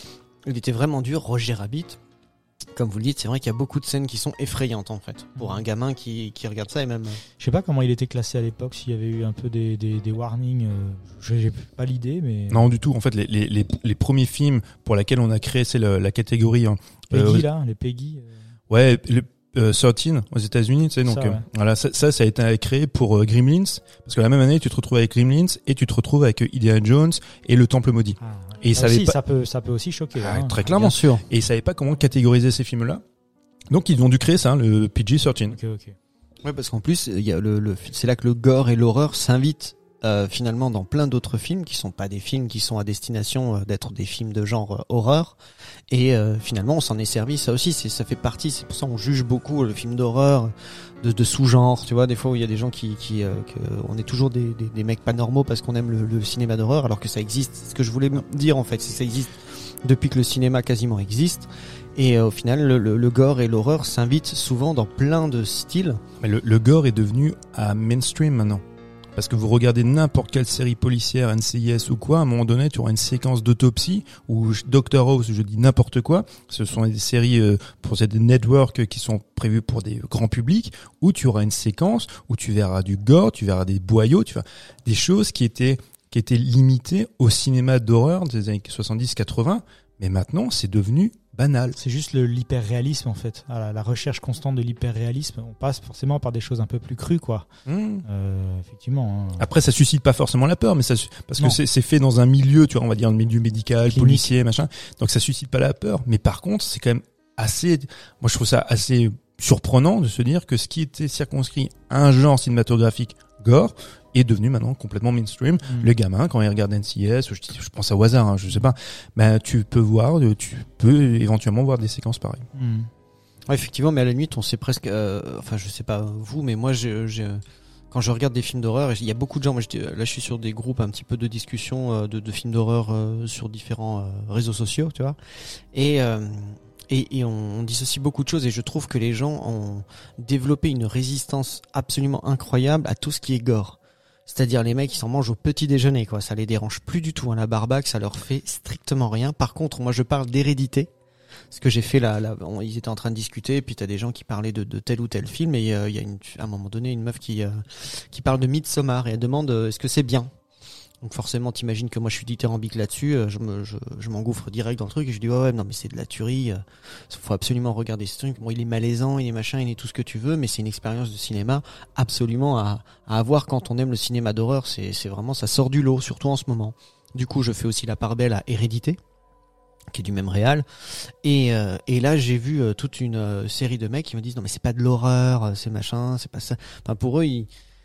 il était vraiment dur. Roger Rabbit, comme vous le dites, c'est vrai qu'il y a beaucoup de scènes qui sont effrayantes en fait pour un gamin qui, qui regarde ça et même. Je sais pas comment il était classé à l'époque, s'il y avait eu un peu des, des, des warnings. euh, J'ai j'ai pas l'idée, mais. Non du tout. En fait les les les, les premiers films pour lesquels on a créé c'est le- la catégorie. Hein, Peggy, euh, là, les Peggy. euh, Ouais, le euh, treize aux États-Unis, tu sais, donc Ça, ouais. euh, voilà, ça, ça, ça a été créé pour euh, Gremlins, parce que la même année, tu te retrouves avec Gremlins et tu te retrouves avec euh, Indiana Jones et le Temple maudit. Ah, ouais. Et ils Ça savaient aussi, pas- ça peut, ça peut aussi choquer. Ah, hein. très clairement. Bien sûr. Et ils savaient pas comment catégoriser ces films-là. Donc ils ont dû créer ça, le P G treize. Ok, ok. Ouais, parce qu'en plus, il y a le, le, c'est là que le gore et l'horreur s'invitent euh, finalement dans plein d'autres films qui sont pas des films qui sont à destination euh, d'être des films de genre euh, horreur. Et euh, finalement, on s'en est servi. Ça aussi, c'est, ça fait partie. C'est pour ça qu'on juge beaucoup le film d'horreur de, de sous-genre. Tu vois, des fois où il y a des gens qui, qui, euh, que on est toujours des, des, des mecs pas normaux parce qu'on aime le, le cinéma d'horreur, alors que ça existe. C'est ce que je voulais me dire en fait, c'est que ça existe depuis que le cinéma quasiment existe. Et euh, au final, le, le, le gore et l'horreur s'invitent souvent dans plein de styles. Mais le, le gore est devenu à mainstream maintenant. Parce que vous regardez n'importe quelle série policière, N C I S ou quoi, à un moment donné, tu auras une séquence d'autopsie, ou Doctor House, je dis n'importe quoi. Ce sont des séries euh, pour des networks qui sont prévues pour des grands publics, où tu auras une séquence où tu verras du gore, tu verras des boyaux, tu verras des choses qui étaient qui étaient limitées au cinéma d'horreur des années soixante-dix quatre-vingts. Mais maintenant, c'est devenu banal. C'est juste le, l'hyper-réalisme, en fait. Ah, la, la recherche constante de l'hyper-réalisme. On passe forcément par des choses un peu plus crues, quoi. Mmh. Euh, effectivement. Hein. Après, ça suscite pas forcément la peur, mais ça, su- parce Non. que c'est, c'est fait dans un milieu, tu vois, on va dire un milieu médical, Clinique. policier, machin. Donc ça suscite pas la peur. Mais par contre, c'est quand même assez, moi je trouve ça assez surprenant de se dire que ce qui était circonscrit à un genre cinématographique gore est devenu maintenant complètement mainstream. Mm. Le gamin, quand il regarde N C I S, je, je pense à au hasard, hein, je sais pas, ben tu peux voir, tu peux éventuellement voir des séquences pareilles. Mm. Ouais, effectivement, mais à la limite, on sait presque. Euh, enfin, je sais pas vous, mais moi, j'ai, j'ai, quand je regarde des films d'horreur, il y a beaucoup de gens. Moi, je, là, je suis sur des groupes un petit peu de discussion euh, de, de films d'horreur euh, sur différents euh, réseaux sociaux, tu vois. Et euh, et, et on, on dissocie beaucoup de choses. Et je trouve que les gens ont développé une résistance absolument incroyable à tout ce qui est gore. C'est-à-dire les mecs, ils s'en mangent au petit déjeuner, quoi. Ça les dérange plus du tout. Hein, la barbaque, ça leur fait strictement rien. Par contre, moi, je parle d'hérédité. Ce que j'ai fait là, là on, ils étaient en train de discuter, et puis t'as des gens qui parlaient de, de tel ou tel film, et il euh, y a une, à un moment donné une meuf qui euh, qui parle de Midsommar et elle demande euh, est-ce que c'est bien. Donc forcément, t'imagines que moi je suis dithyrambique là-dessus, euh, je me, je, je m'engouffre direct dans le truc et je dis ouais ouais non mais c'est de la tuerie, euh, faut absolument regarder ce truc. Bon, il est malaisant, il est machin, il est tout ce que tu veux, mais c'est une expérience de cinéma absolument à, à avoir quand on aime le cinéma d'horreur. C'est, c'est vraiment ça sort du lot, surtout en ce moment. Du coup, je fais aussi la part belle à Hérédité, qui est du même réal, et euh, et là j'ai vu euh, toute une euh, série de mecs qui me disent non mais c'est pas de l'horreur, euh, c'est machin, c'est pas ça. Enfin pour eux ils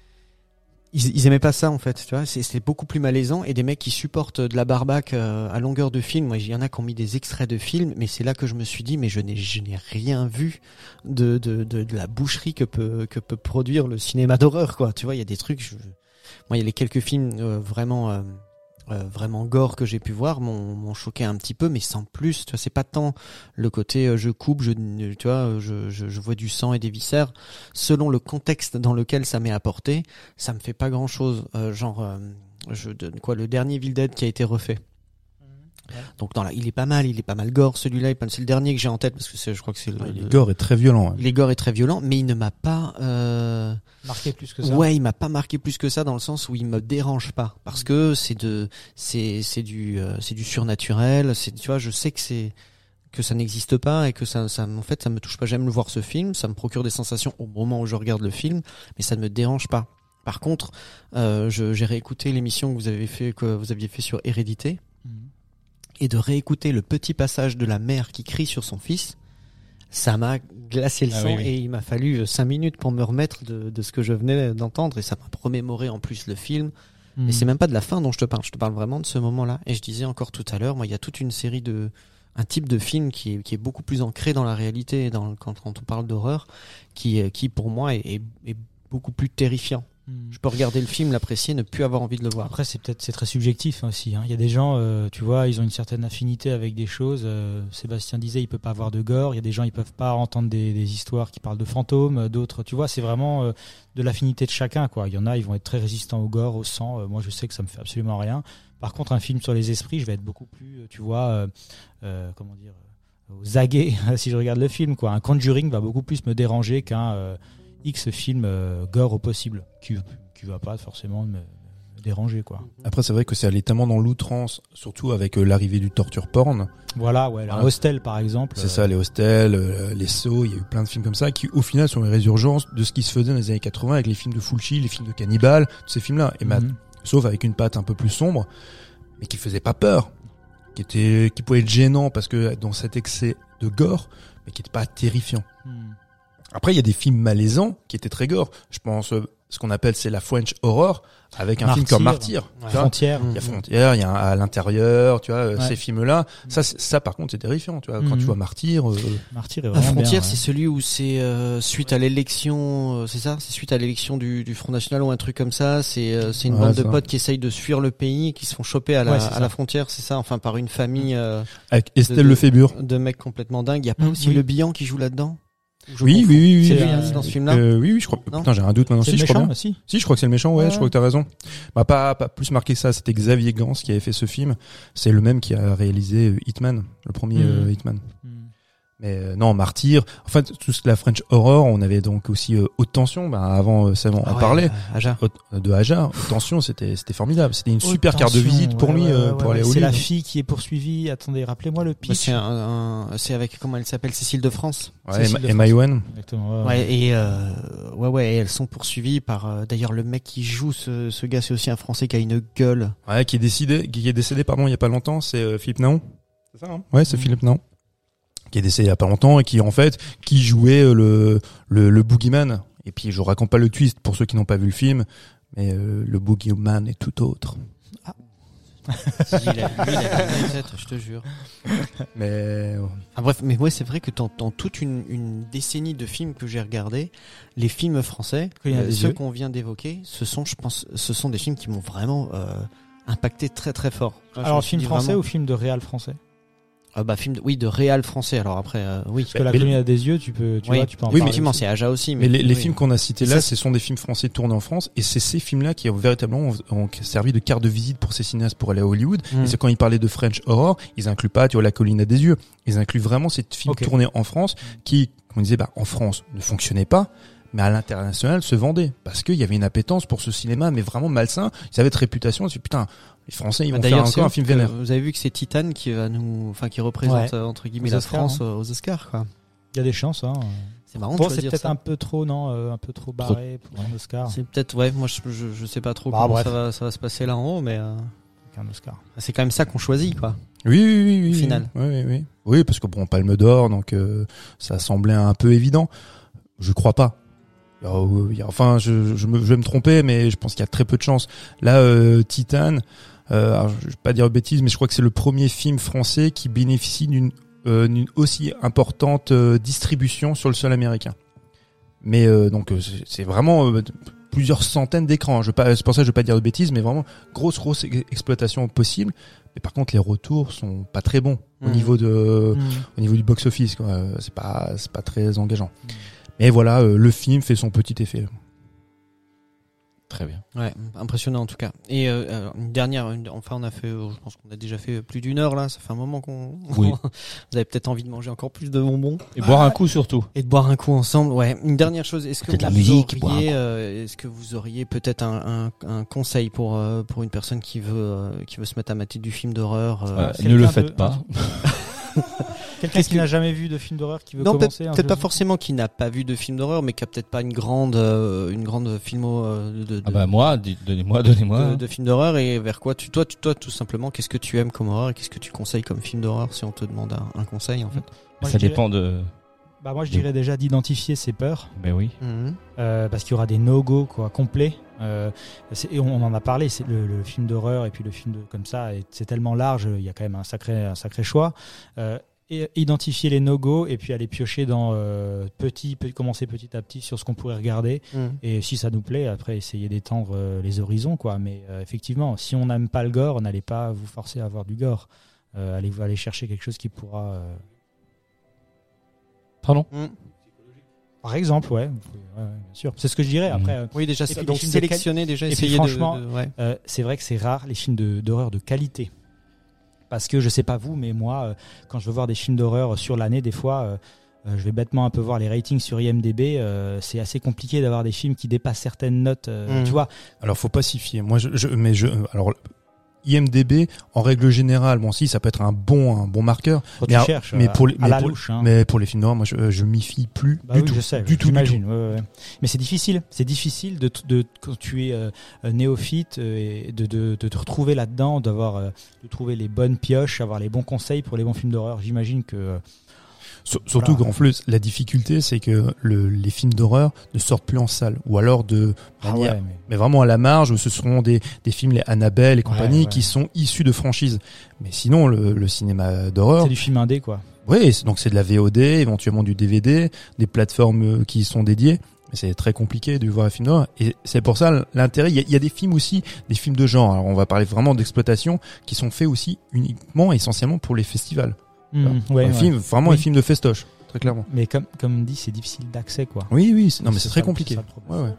ils, ils aimaient pas ça en fait, tu vois, c'est c'est beaucoup plus malaisant, et des mecs qui supportent de la barbaque euh, à longueur de film. Moi il y en a qui ont mis des extraits de films, mais c'est là que je me suis dit mais je n'ai je n'ai rien vu de de de, de la boucherie que peut que peut produire le cinéma d'horreur, quoi. Tu vois, il y a des trucs je... moi il y a les quelques films euh, vraiment euh, Euh, vraiment gore que j'ai pu voir m'ont, m'ont choqué un petit peu, mais sans plus. Tu vois, c'est pas tant le côté euh, je coupe, je, tu vois, je, je, je vois du sang et des viscères. Selon le contexte dans lequel ça m'est apporté, ça me fait pas grand chose. Euh, genre, euh, je donne quoi, le dernier Evil Dead qui a été refait. Donc dans la, il est pas mal, il est pas mal gore celui-là, il- c'est le dernier que j'ai en tête parce que c'est, je crois que c'est le, Ouais, le- Gore est très violent. hein. il est gore est très violent, mais il ne m'a pas euh, Marqué plus que ça. ouais, il m'a pas marqué plus que ça dans le sens où il me dérange pas parce que c'est de c'est c'est du euh, c'est du surnaturel, c'est tu vois, je sais que c'est que ça n'existe pas et que ça ça en fait ça me touche pas. J'aime le voir ce film, ça me procure des sensations au moment où je regarde le film, mais ça ne me dérange pas. Par contre, euh, je, j'ai réécouté l'émission que vous avez fait que vous aviez fait sur Hérédité Mhm. et de réécouter le petit passage de la mère qui crie sur son fils. Ça m'a glacé le Ah sang oui, oui. et il m'a fallu euh, cinq minutes pour me remettre de, de ce que je venais d'entendre et ça m'a remémoré en plus le film. Mhm. Et c'est même pas de la fin dont je te parle, je te parle vraiment de ce moment-là. Et je disais encore tout à l'heure, moi il y a toute une série de, un type de film qui est, qui est beaucoup plus ancré dans la réalité, dans, quand, quand on parle d'horreur, qui, euh, qui pour moi est, est, est beaucoup plus terrifiant. Mhm. Je peux regarder le film, l'apprécier, ne plus avoir envie de le voir. Après, c'est peut-être c'est très subjectif hein, aussi. Hein. Il y a des gens, euh, tu vois, ils ont une certaine affinité avec des choses. Euh, Sébastien disait, il peut pas avoir de gore. Il y a des gens, ils peuvent pas entendre des, des histoires qui parlent de fantômes. D'autres, tu vois, c'est vraiment euh, de l'affinité de chacun, quoi. Il y en a, ils vont être très résistants au gore, au sang. Euh, moi, je sais que ça me fait absolument rien. Par contre, un film sur les esprits, je vais être beaucoup plus, euh, tu vois, euh, euh, comment dire, euh, aux aguets si je regarde le film, quoi. Un Conjuring va beaucoup plus me déranger qu'un euh, X film euh, gore au possible, qui qui va pas forcément me, me déranger, quoi. Après, c'est vrai que c'est allé tellement dans l'outrance, surtout avec euh, l'arrivée du torture porn. Voilà, ouais, un Voilà. hostel par exemple. C'est euh, ça, les hostels, euh, les sauts, il y a eu plein de films comme ça qui, au final, sont les résurgences de ce qui se faisait dans les années quatre-vingts avec les films de Fulci, les films de cannibales, tous ces films-là. Et mhm. maintenant, sauf avec une patte un peu plus sombre, mais qui faisait pas peur, qui était, qui pouvait être gênant parce que dans cet excès de gore, mais qui était pas terrifiant. Mhm. Après, il y a des films malaisants qui étaient très gore. Je pense, euh, ce qu'on appelle, c'est la French horror, avec un film Martyr. comme Martyr. Ouais. Tu vois, Frontière. il y a Frontière, il y a un à l'intérieur, tu vois, euh, Ouais. ces films-là. Ça, c'est- ça, par contre, c'est terrifiant, tu vois. Quand Mhm. tu vois Martyr, euh, Martyr est La vraiment frontière, bien, c'est ouais. celui où c'est euh, suite à l'élection, euh, c'est ça, c'est suite à l'élection du, du Front National ou un truc comme ça. C'est euh, c'est une Ouais, bande de ça. potes qui essayent de fuir le pays, et qui se font choper à la, Ouais, c'est à ça. la frontière, c'est ça. Enfin, par une famille euh, avec de- Estelle Lefébure. de mecs complètement dingues. Il y a pas Mhm, aussi oui. le Bihan qui joue là-dedans. Ou je Oui, oui, confonds oui, oui. C'est oui, lui, hein, oui. c'est dans ce film-là. Euh, oui, oui, je crois. Non. Putain, j'ai un doute maintenant. C'est Si, le je crois méchant bien. aussi. Si, je crois que c'est le méchant, ouais, Ouais. je crois que t'as raison. Bah, pas, pas plus marqué que ça, c'était Xavier Gans qui avait fait ce film. C'est le même qui a réalisé euh, Hitman, le premier Mhm. euh, Hitman. Mhm. Mais euh, non, Martyr. En fait, tout ce- la French Horror, on avait donc aussi euh, Haute Tension. Bah, avant, euh, ça, on Ah en ouais, parlait. euh, Aja. Haute- de Hajar. Haute Tension, c'était c'était formidable. C'était une super Haute carte de tension, visite pour ouais, lui ouais, euh, ouais, pour ouais. aller à C'est la Hollywood. fille qui est poursuivie. Attendez, rappelez-moi le Bah, pitch. c'est un, un- c'est avec comment elle s'appelle, Cécile de France. Ouais, Cécile Emma- de Emma France. Ewan. Exactement. ouais, Ouais, et euh, ouais, ouais, et elles sont poursuivies par. euh, D'ailleurs, le mec qui joue ce, ce gars, c'est aussi un Français qui a une gueule. Ouais, qui est décidé, qui est décédé, pardon, il y a pas longtemps, c'est euh, Philippe Naon. C'est ça, hein Ouais, c'est Mhm. Philippe Naon. Qui est décédé il y a pas longtemps et qui, en fait, qui jouait euh, le, le, le boogeyman. Et puis, je raconte pas le twist pour ceux qui n'ont pas vu le film, mais euh, le boogeyman est tout autre. Si, il a, lui, il a une tête, je te jure. Mais, euh, Ah, bref, mais ouais, c'est vrai que dans, dans toute une, une décennie de films que j'ai regardés, les films français, Clignotant euh, des ceux yeux. qu'on vient d'évoquer, ce sont, je pense, ce sont des films qui m'ont vraiment euh, impacté très très fort. Je me Alors, suis film dit français vraiment- ou film de réal français? Ah bah film, de, oui, de réal français. Alors après, euh, oui. Parce que la mais- clignotant des yeux, tu peux, tu oui, vois, tu peux en Oui, mais parler effectivement, aussi. c'est Aja aussi. mais Mais, les, les oui. films qu'on a cités Ça, là, c'est- ce sont des films français tournés en France, et c'est ces films-là qui ont véritablement ont, ont servi de carte de visite pour ces cinéastes pour aller à Hollywood. Mm. Et c'est quand ils parlaient de French Horror, ils incluent pas, tu vois, La Colline à des yeux. Ils incluent vraiment ces films Ok. tournés en France qui, comme on disait, bah, en France, ne fonctionnaient pas, mais à l'international se vendaient. Parce qu'il y avait une appétence pour ce cinéma, mais vraiment malsain. Ils avaient cette réputation. C'est putain, les Français, ils Bah, vont faire d'ailleurs, c'est encore un eux film que- vénère. Vous avez vu que c'est Titan qui va nous, enfin, qui représente Ouais. euh, entre guillemets Aux la Oscars, France hein. euh, aux Oscars, quoi. Il y a des chances, hein. C'est marrant Bon, de c'est choisir peut-être ça. un peu trop, non, euh, un peu trop barré pour un Oscar. C'est peut-être, ouais, moi je, je, je sais pas trop Bah, comment bref. ça va, ça va se passer là en haut, mais euh, Un Oscar. c'est quand même ça qu'on choisit, quoi. Oui, oui, oui, oui. Au oui. final. Oui, oui, oui. Oui, parce que bon, Palme d'Or, donc euh, ça semblait un peu évident. Je crois pas. Alors, euh, il y a- enfin, je, je, me, je vais me tromper, mais je pense qu'il y a très peu de chance. Là, euh, Titan, euh, alors, je vais pas dire de bêtises, mais je crois que c'est le premier film français qui bénéficie d'une euh, d'une aussi importante euh, distribution sur le sol américain. Mais euh, donc euh, c'est c'est vraiment euh, plusieurs centaines d'écrans. Je veux pas, c'est pour ça que je vais pas dire de bêtises, mais vraiment grosse grosse ex- exploitation possible. Mais par contre, les retours sont pas très bons au Mhm. niveau de au niveau du box office. Quoi. Euh, C'est pas c'est pas très engageant. Mais voilà, euh, le film fait son petit effet. Très bien. Ouais, impressionnant en tout cas. Et euh, alors, une dernière, une- enfin on a fait, euh, je pense qu'on a déjà fait plus d'une heure là, ça fait un moment qu'on... Oui. Vous avez peut-être envie de manger encore plus de bonbons Et boire un coup surtout. et de boire un coup ensemble. Ouais. Une dernière chose, est-ce que Peut-être vous la musique, boire un auriez, coup. euh, est-ce que vous auriez peut-être un, un, un conseil pour euh, pour une personne qui veut euh, qui veut se mettre à mater du film d'horreur euh, Euh, quelqu'un ne le de- faites pas. Quelqu'un qui n'a jamais vu de film d'horreur qui veut Non, peut-être commencer. un peut-être pas jeu- forcément qui n'a pas vu de film d'horreur, mais qui a peut-être pas une grande euh, une grande filmo euh, de, de, Ah bah moi, dites- donnez-moi, donnez-moi. de, de films d'horreur et vers quoi tu toi tu toi tout simplement qu'est-ce que tu aimes comme horreur et qu'est-ce que tu conseilles comme film d'horreur si on te demande un, un conseil en fait. Moi, Ça je dirais- dépend de. Bah moi je dirais déjà d'identifier ses peurs. Mais oui. Mhm. Euh, parce qu'il y aura des no-go quoi complets. Euh, c'est- et on en a parlé, c'est le, le film d'horreur et puis le film de comme ça, et c'est tellement large, il y a quand même un sacré un sacré choix. Euh, et identifier les no-go et puis aller piocher dans euh, petit, pe- commencer petit à petit sur ce qu'on pourrait regarder. Mhm. Et si ça nous plaît, après essayer d'étendre euh, les horizons quoi. Mais euh, effectivement, si on n'aime pas le gore, n'allez pas vous forcer à avoir du gore. Euh, allez aller chercher quelque chose qui pourra. euh, Pardon. Mhm. Par exemple, ouais, vous pouvez- ouais, ouais, bien sûr. C'est ce que je dirais. Mhm. Après. euh, Oui, déjà puis ça, les donc films de quali- sélectionner déjà et puis essayer franchement, de, de- ouais. Euh, c'est vrai que c'est rare les films de- d'horreur de qualité. Parce que je sais pas vous, mais moi, euh, quand je veux voir des films d'horreur sur l'année, des fois, euh, euh, je vais bêtement un peu voir les ratings sur I M D B. Euh, c'est assez compliqué d'avoir des films qui dépassent certaines notes. euh, Mhm. Tu vois, Alors faut pas s'y fier. Moi, je, je mais je, alors I M D B en règle générale, bon si ça peut être un bon un bon marqueur, quand mais, tu alors- cherches mais euh, pour les, à mais la pour, louche. Hein. mais pour les films d'horreur, moi je, je m'y fie plus Bah du oui, tout, je sais, du tout, du tout. j'imagine. Ouais, ouais, ouais. Mais c'est difficile, c'est difficile de, t- de quand tu es euh, euh, néophyte euh, et de, de, de te retrouver là-dedans, d'avoir euh, de trouver les bonnes pioches, avoir les bons conseils pour les bons films d'horreur. J'imagine que euh, Sur- Surtout Voilà. qu'en plus, la difficulté, c'est que le, les films d'horreur ne sortent plus en salle, ou alors de ah manière, ouais, mais- mais vraiment à la marge, où ce seront des, des films, les Annabelle et compagnie, Ouais, ouais. qui sont issus de franchises. Mais sinon, le, le cinéma d'horreur, c'est du film indé quoi. oui, c'est- donc c'est de la V O D, éventuellement du D V D, des plateformes euh, qui y sont dédiées. Mais c'est très compliqué de voir un film d'horreur. Et c'est pour ça l'intérêt. Il y, a, il y a des films aussi, des films de genre. Alors on va parler vraiment d'exploitation, qui sont faits aussi uniquement, essentiellement pour les festivals. Mmh, ouais, un ouais. film, vraiment Oui. un film de festoche, très clairement. Mais comme comme dit, c'est difficile d'accès quoi. Oui, oui. c'est- Non, mais c'est C'est très ça- compliqué. c'est ça le problème. Ouais, ouais.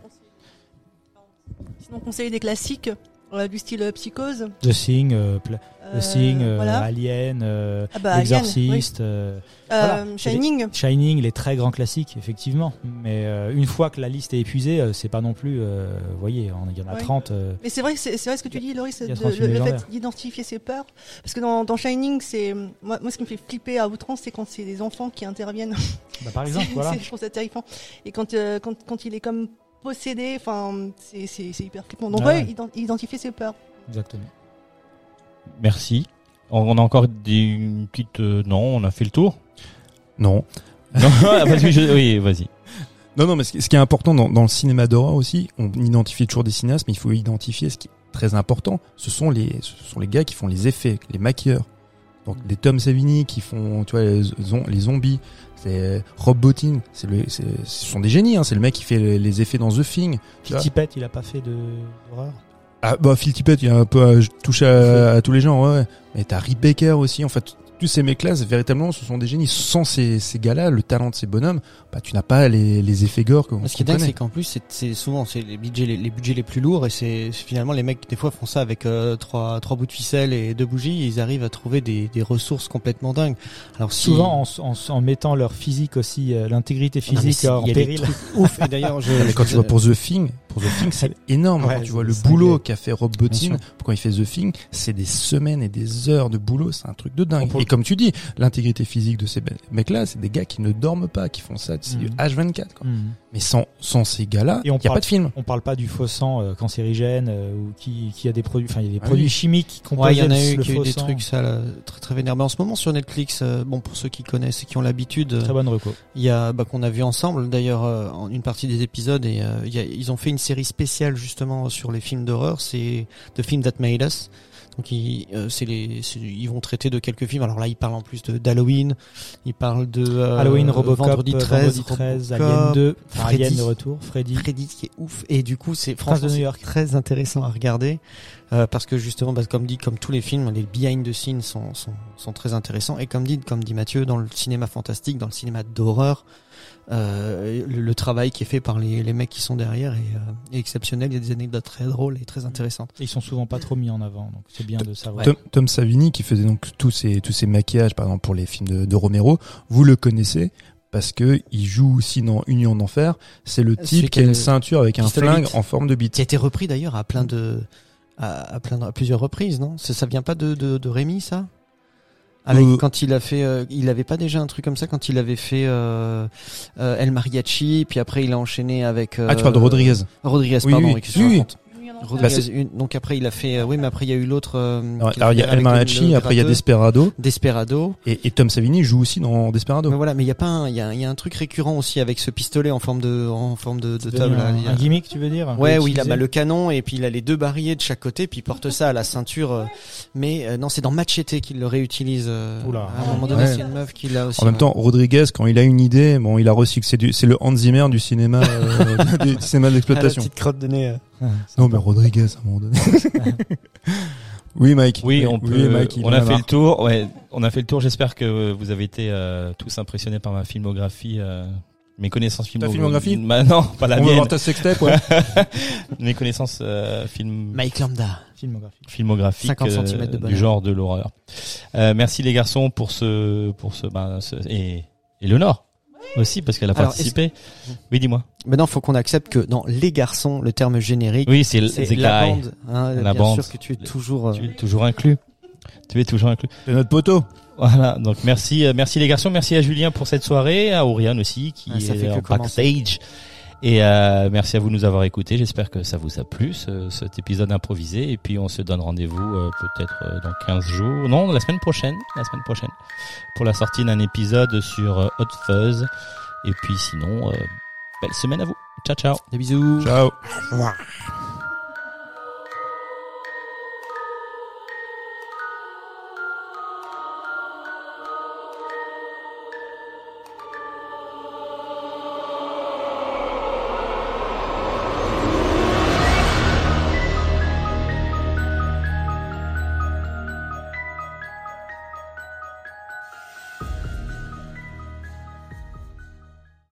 Sinon, conseiller des classiques euh, du style euh, Psychose. The Thing, euh, Pla- euh, The Thing, euh, voilà. Alien, euh, Ah bah, Alien, L'Exorciste, euh, Euh, voilà. Shining. Shining, les très grands classiques, effectivement. Mais euh, une fois que la liste est épuisée, euh, c'est pas non plus, euh, vous voyez, on- il y en a Ouais. trente. euh, Mais c'est vrai, c'est c'est vrai ce que tu dis, Loris, Il y a de- trente films le, le légendaires. fait d'identifier ses peurs. Parce que dans, dans Shining, c'est moi, moi, ce qui me fait flipper à outrance, c'est quand c'est des enfants qui interviennent. bah, par exemple, C'est- voilà. c'est- je trouve ça terrifiant. Et quand, euh, quand, quand il est comme possédé, enfin, c'est c'est- c'est hyper flippant. Donc, Ah ouais, ouais. ident- identifier ses peurs. Exactement. Merci. On a encore des, une petite. euh, non, on a fait le tour. Non. Non, parce que je- oui, vas-y. Non, non, mais ce qui ce qui est important dans, dans le cinéma d'horreur aussi, on identifie toujours des cinéastes, mais il faut identifier ce qui est très important. Ce sont les, ce sont les gars qui font les effets, les maquilleurs. Donc les Tom Savini qui font, tu vois, les, zom- les zombies. C'est Rob Bottin. C'est le, c'est, ce sont des génies. Hein, c'est le mec qui fait les, les effets dans The Thing. Tu vois. Tippett, il a pas fait de d'horreur. Ah bah Phil Tippett, il a un peu à, touche à, à tous les genres. Ouais, ouais. Mais t'as Rick Baker aussi. En fait, tous ces mecs-là, c'est- véritablement, ce sont des génies. Sans ces, ces gars-là, le talent de ces bonhommes, bah tu n'as pas les, les effets gore qu'on Ce qui est qu'on dingue, connaît. c'est qu'en plus, c'est- c'est souvent c'est les budgets les, les budgets les plus lourds et c'est c'est finalement les mecs des fois font ça avec euh, trois trois bouts de ficelle et deux bougies, et ils arrivent à trouver des, des ressources complètement dingues. Alors si, Souvent en, s- en, s- en mettant leur physique aussi, euh, l'intégrité Non, mais physique c'est- en il y a des péril. trucs ouf. Et d'ailleurs, je, Mais quand je- tu vois pour The Thing, pour The Thing, c'est énorme. Ouais, quand tu vois c'est le cinglé. boulot qu'a fait Rob Bottin, sûr. quand il fait The Thing, c'est des semaines et des heures de boulot. C'est un truc de dingue. On peut- Et comme tu dis, l'intégrité physique de ces mecs-là, c'est des gars qui ne dorment pas, qui font ça, c'est du Mhm. H vingt-quatre, quoi. Mhm. Mais sans, sans ces gars-là, Et il on n'y a parle- pas de film. On parle pas du faux sang euh, cancérigène euh, ou qui, qui a des produits, enfin il y a des Ah produits oui. chimiques qui composent Ouais, il y en a eu le qui a eu faux des sang. trucs ça là, très très vénères. Mais en ce moment sur Netflix, euh, bon pour ceux qui connaissent et qui ont l'habitude, euh, Très bonne reco. il y a bah, qu'on a vu ensemble d'ailleurs euh, en une partie des épisodes et euh, il y a, ils ont fait une série spéciale justement sur les films d'horreur, c'est The Film That Made Us. Donc ils, euh, c'est les, c'est- ils vont traiter de quelques films. Alors là, ils parlent en plus de d'Halloween, ils parlent de euh, Halloween, Robocop, Vendredi euh, treize, Vendredi treize, Robocop, Alien deux, enfin, Freddy. Alien de retour, Freddy. Freddy qui est ouf et du coup c'est Prince franchement de New c'est York. très intéressant à regarder euh, parce que justement bah, comme dit comme tous les films les behind the scenes sont, sont sont très intéressants et comme dit comme dit Mathieu dans le cinéma fantastique dans le cinéma d'horreur Euh, le, le travail qui est fait par les, les mecs qui sont derrière est, euh, est exceptionnel. Il y a des anecdotes très drôles et très intéressantes. Ils sont souvent pas trop mis en avant, donc c'est bien de savoir. Tom, Tom Savini qui faisait donc tous ces tous ces maquillages, par exemple pour les films de, de Romero, vous le connaissez parce que il joue aussi dans Union d'enfer. C'est le Celui type qui qui a a une le ceinture avec un pistolet flingue bite. en forme de bite. Qui a été repris d'ailleurs à plein de à, à plein de, à plusieurs reprises, non? Ça, ça vient pas de de, de Rémi, ça? Avec Euh, quand il a fait, euh, il avait pas déjà un truc comme ça quand il avait fait euh, euh, El Mariachi, puis après il a enchaîné avec. Euh, Ah, tu parles de Rodriguez. Rodriguez, Oui, pardon. oui, oui, qu'est-ce que je oui, oui. raconte Rodriguez, Bah, c'est- une- donc après il a fait, euh, oui, mais après il y a eu l'autre. Euh, Alors, qu'il a alors, il y fait a El avec le- Mariachi, le après il y a gratteux, Desperado, Desperado. et, et Tom Savini joue aussi dans Desperado. Mais voilà, mais il y a pas, un, il y a, il y a un truc récurrent aussi avec ce pistolet en forme de, en forme de, de C'est table. devenu là. un, Il y a- un gimmick, tu veux dire? Ouais, oui, il a Utilisé. bah, le canon et puis il a les deux barillet de chaque côté, puis il porte ça à la ceinture. euh, mais euh, non, c'est dans Machete qu'il le réutilise. Euh, Oula. à un moment donné, Ouais. c'est une meuf qui l'a aussi. En même ouais. temps, Rodriguez, quand il a une idée, bon, il a recyclé, c'est du, c'est le Hans Zimmer du cinéma, euh, du cinéma Ah, la d'exploitation. petite crotte de nez. euh. Non, mais Rodriguez, à un moment donné. Oui, Mike. Oui, on peut. Mike, il on en a fait marre. le tour. Ouais, on a fait le tour. J'espère que vous avez été euh, tous impressionnés par ma filmographie, euh, mes connaissances filmographiques. filmographie Bah non, pas la On va mienne. voir ta sextape, ouais. Mes connaissances euh, film Mike Lambda. Filmographie. filmographiques cinquante euh, centimètres de du bonheur. genre de l'horreur. Euh, merci les garçons pour ce pour ce, ben, ce et et Léonore aussi parce qu'elle a Alors, participé. Oui, dis-moi. Maintenant, faut qu'on accepte que dans les garçons, le terme générique, Oui, c'est c'est c'est la Guy. bande. Hein, La bien bande. sûr que tu es toujours. euh, Tu es toujours inclus. Tu es toujours inclus. C'est notre poteau. Voilà, donc merci, euh, merci les garçons, merci à Julien pour cette soirée, à Oriane aussi qui Ah, ça fait est que en commencer. backstage, et euh, merci à vous de nous avoir écoutés. J'espère que ça vous a plu ce, cet épisode improvisé, et puis on se donne rendez-vous euh, peut-être euh, dans quinze jours, non, la semaine prochaine, la semaine prochaine, pour la sortie d'un épisode sur euh, Hot Fuzz, et puis sinon, euh, belle semaine à vous. Ciao ciao. Des bisous. Ciao. Au revoir.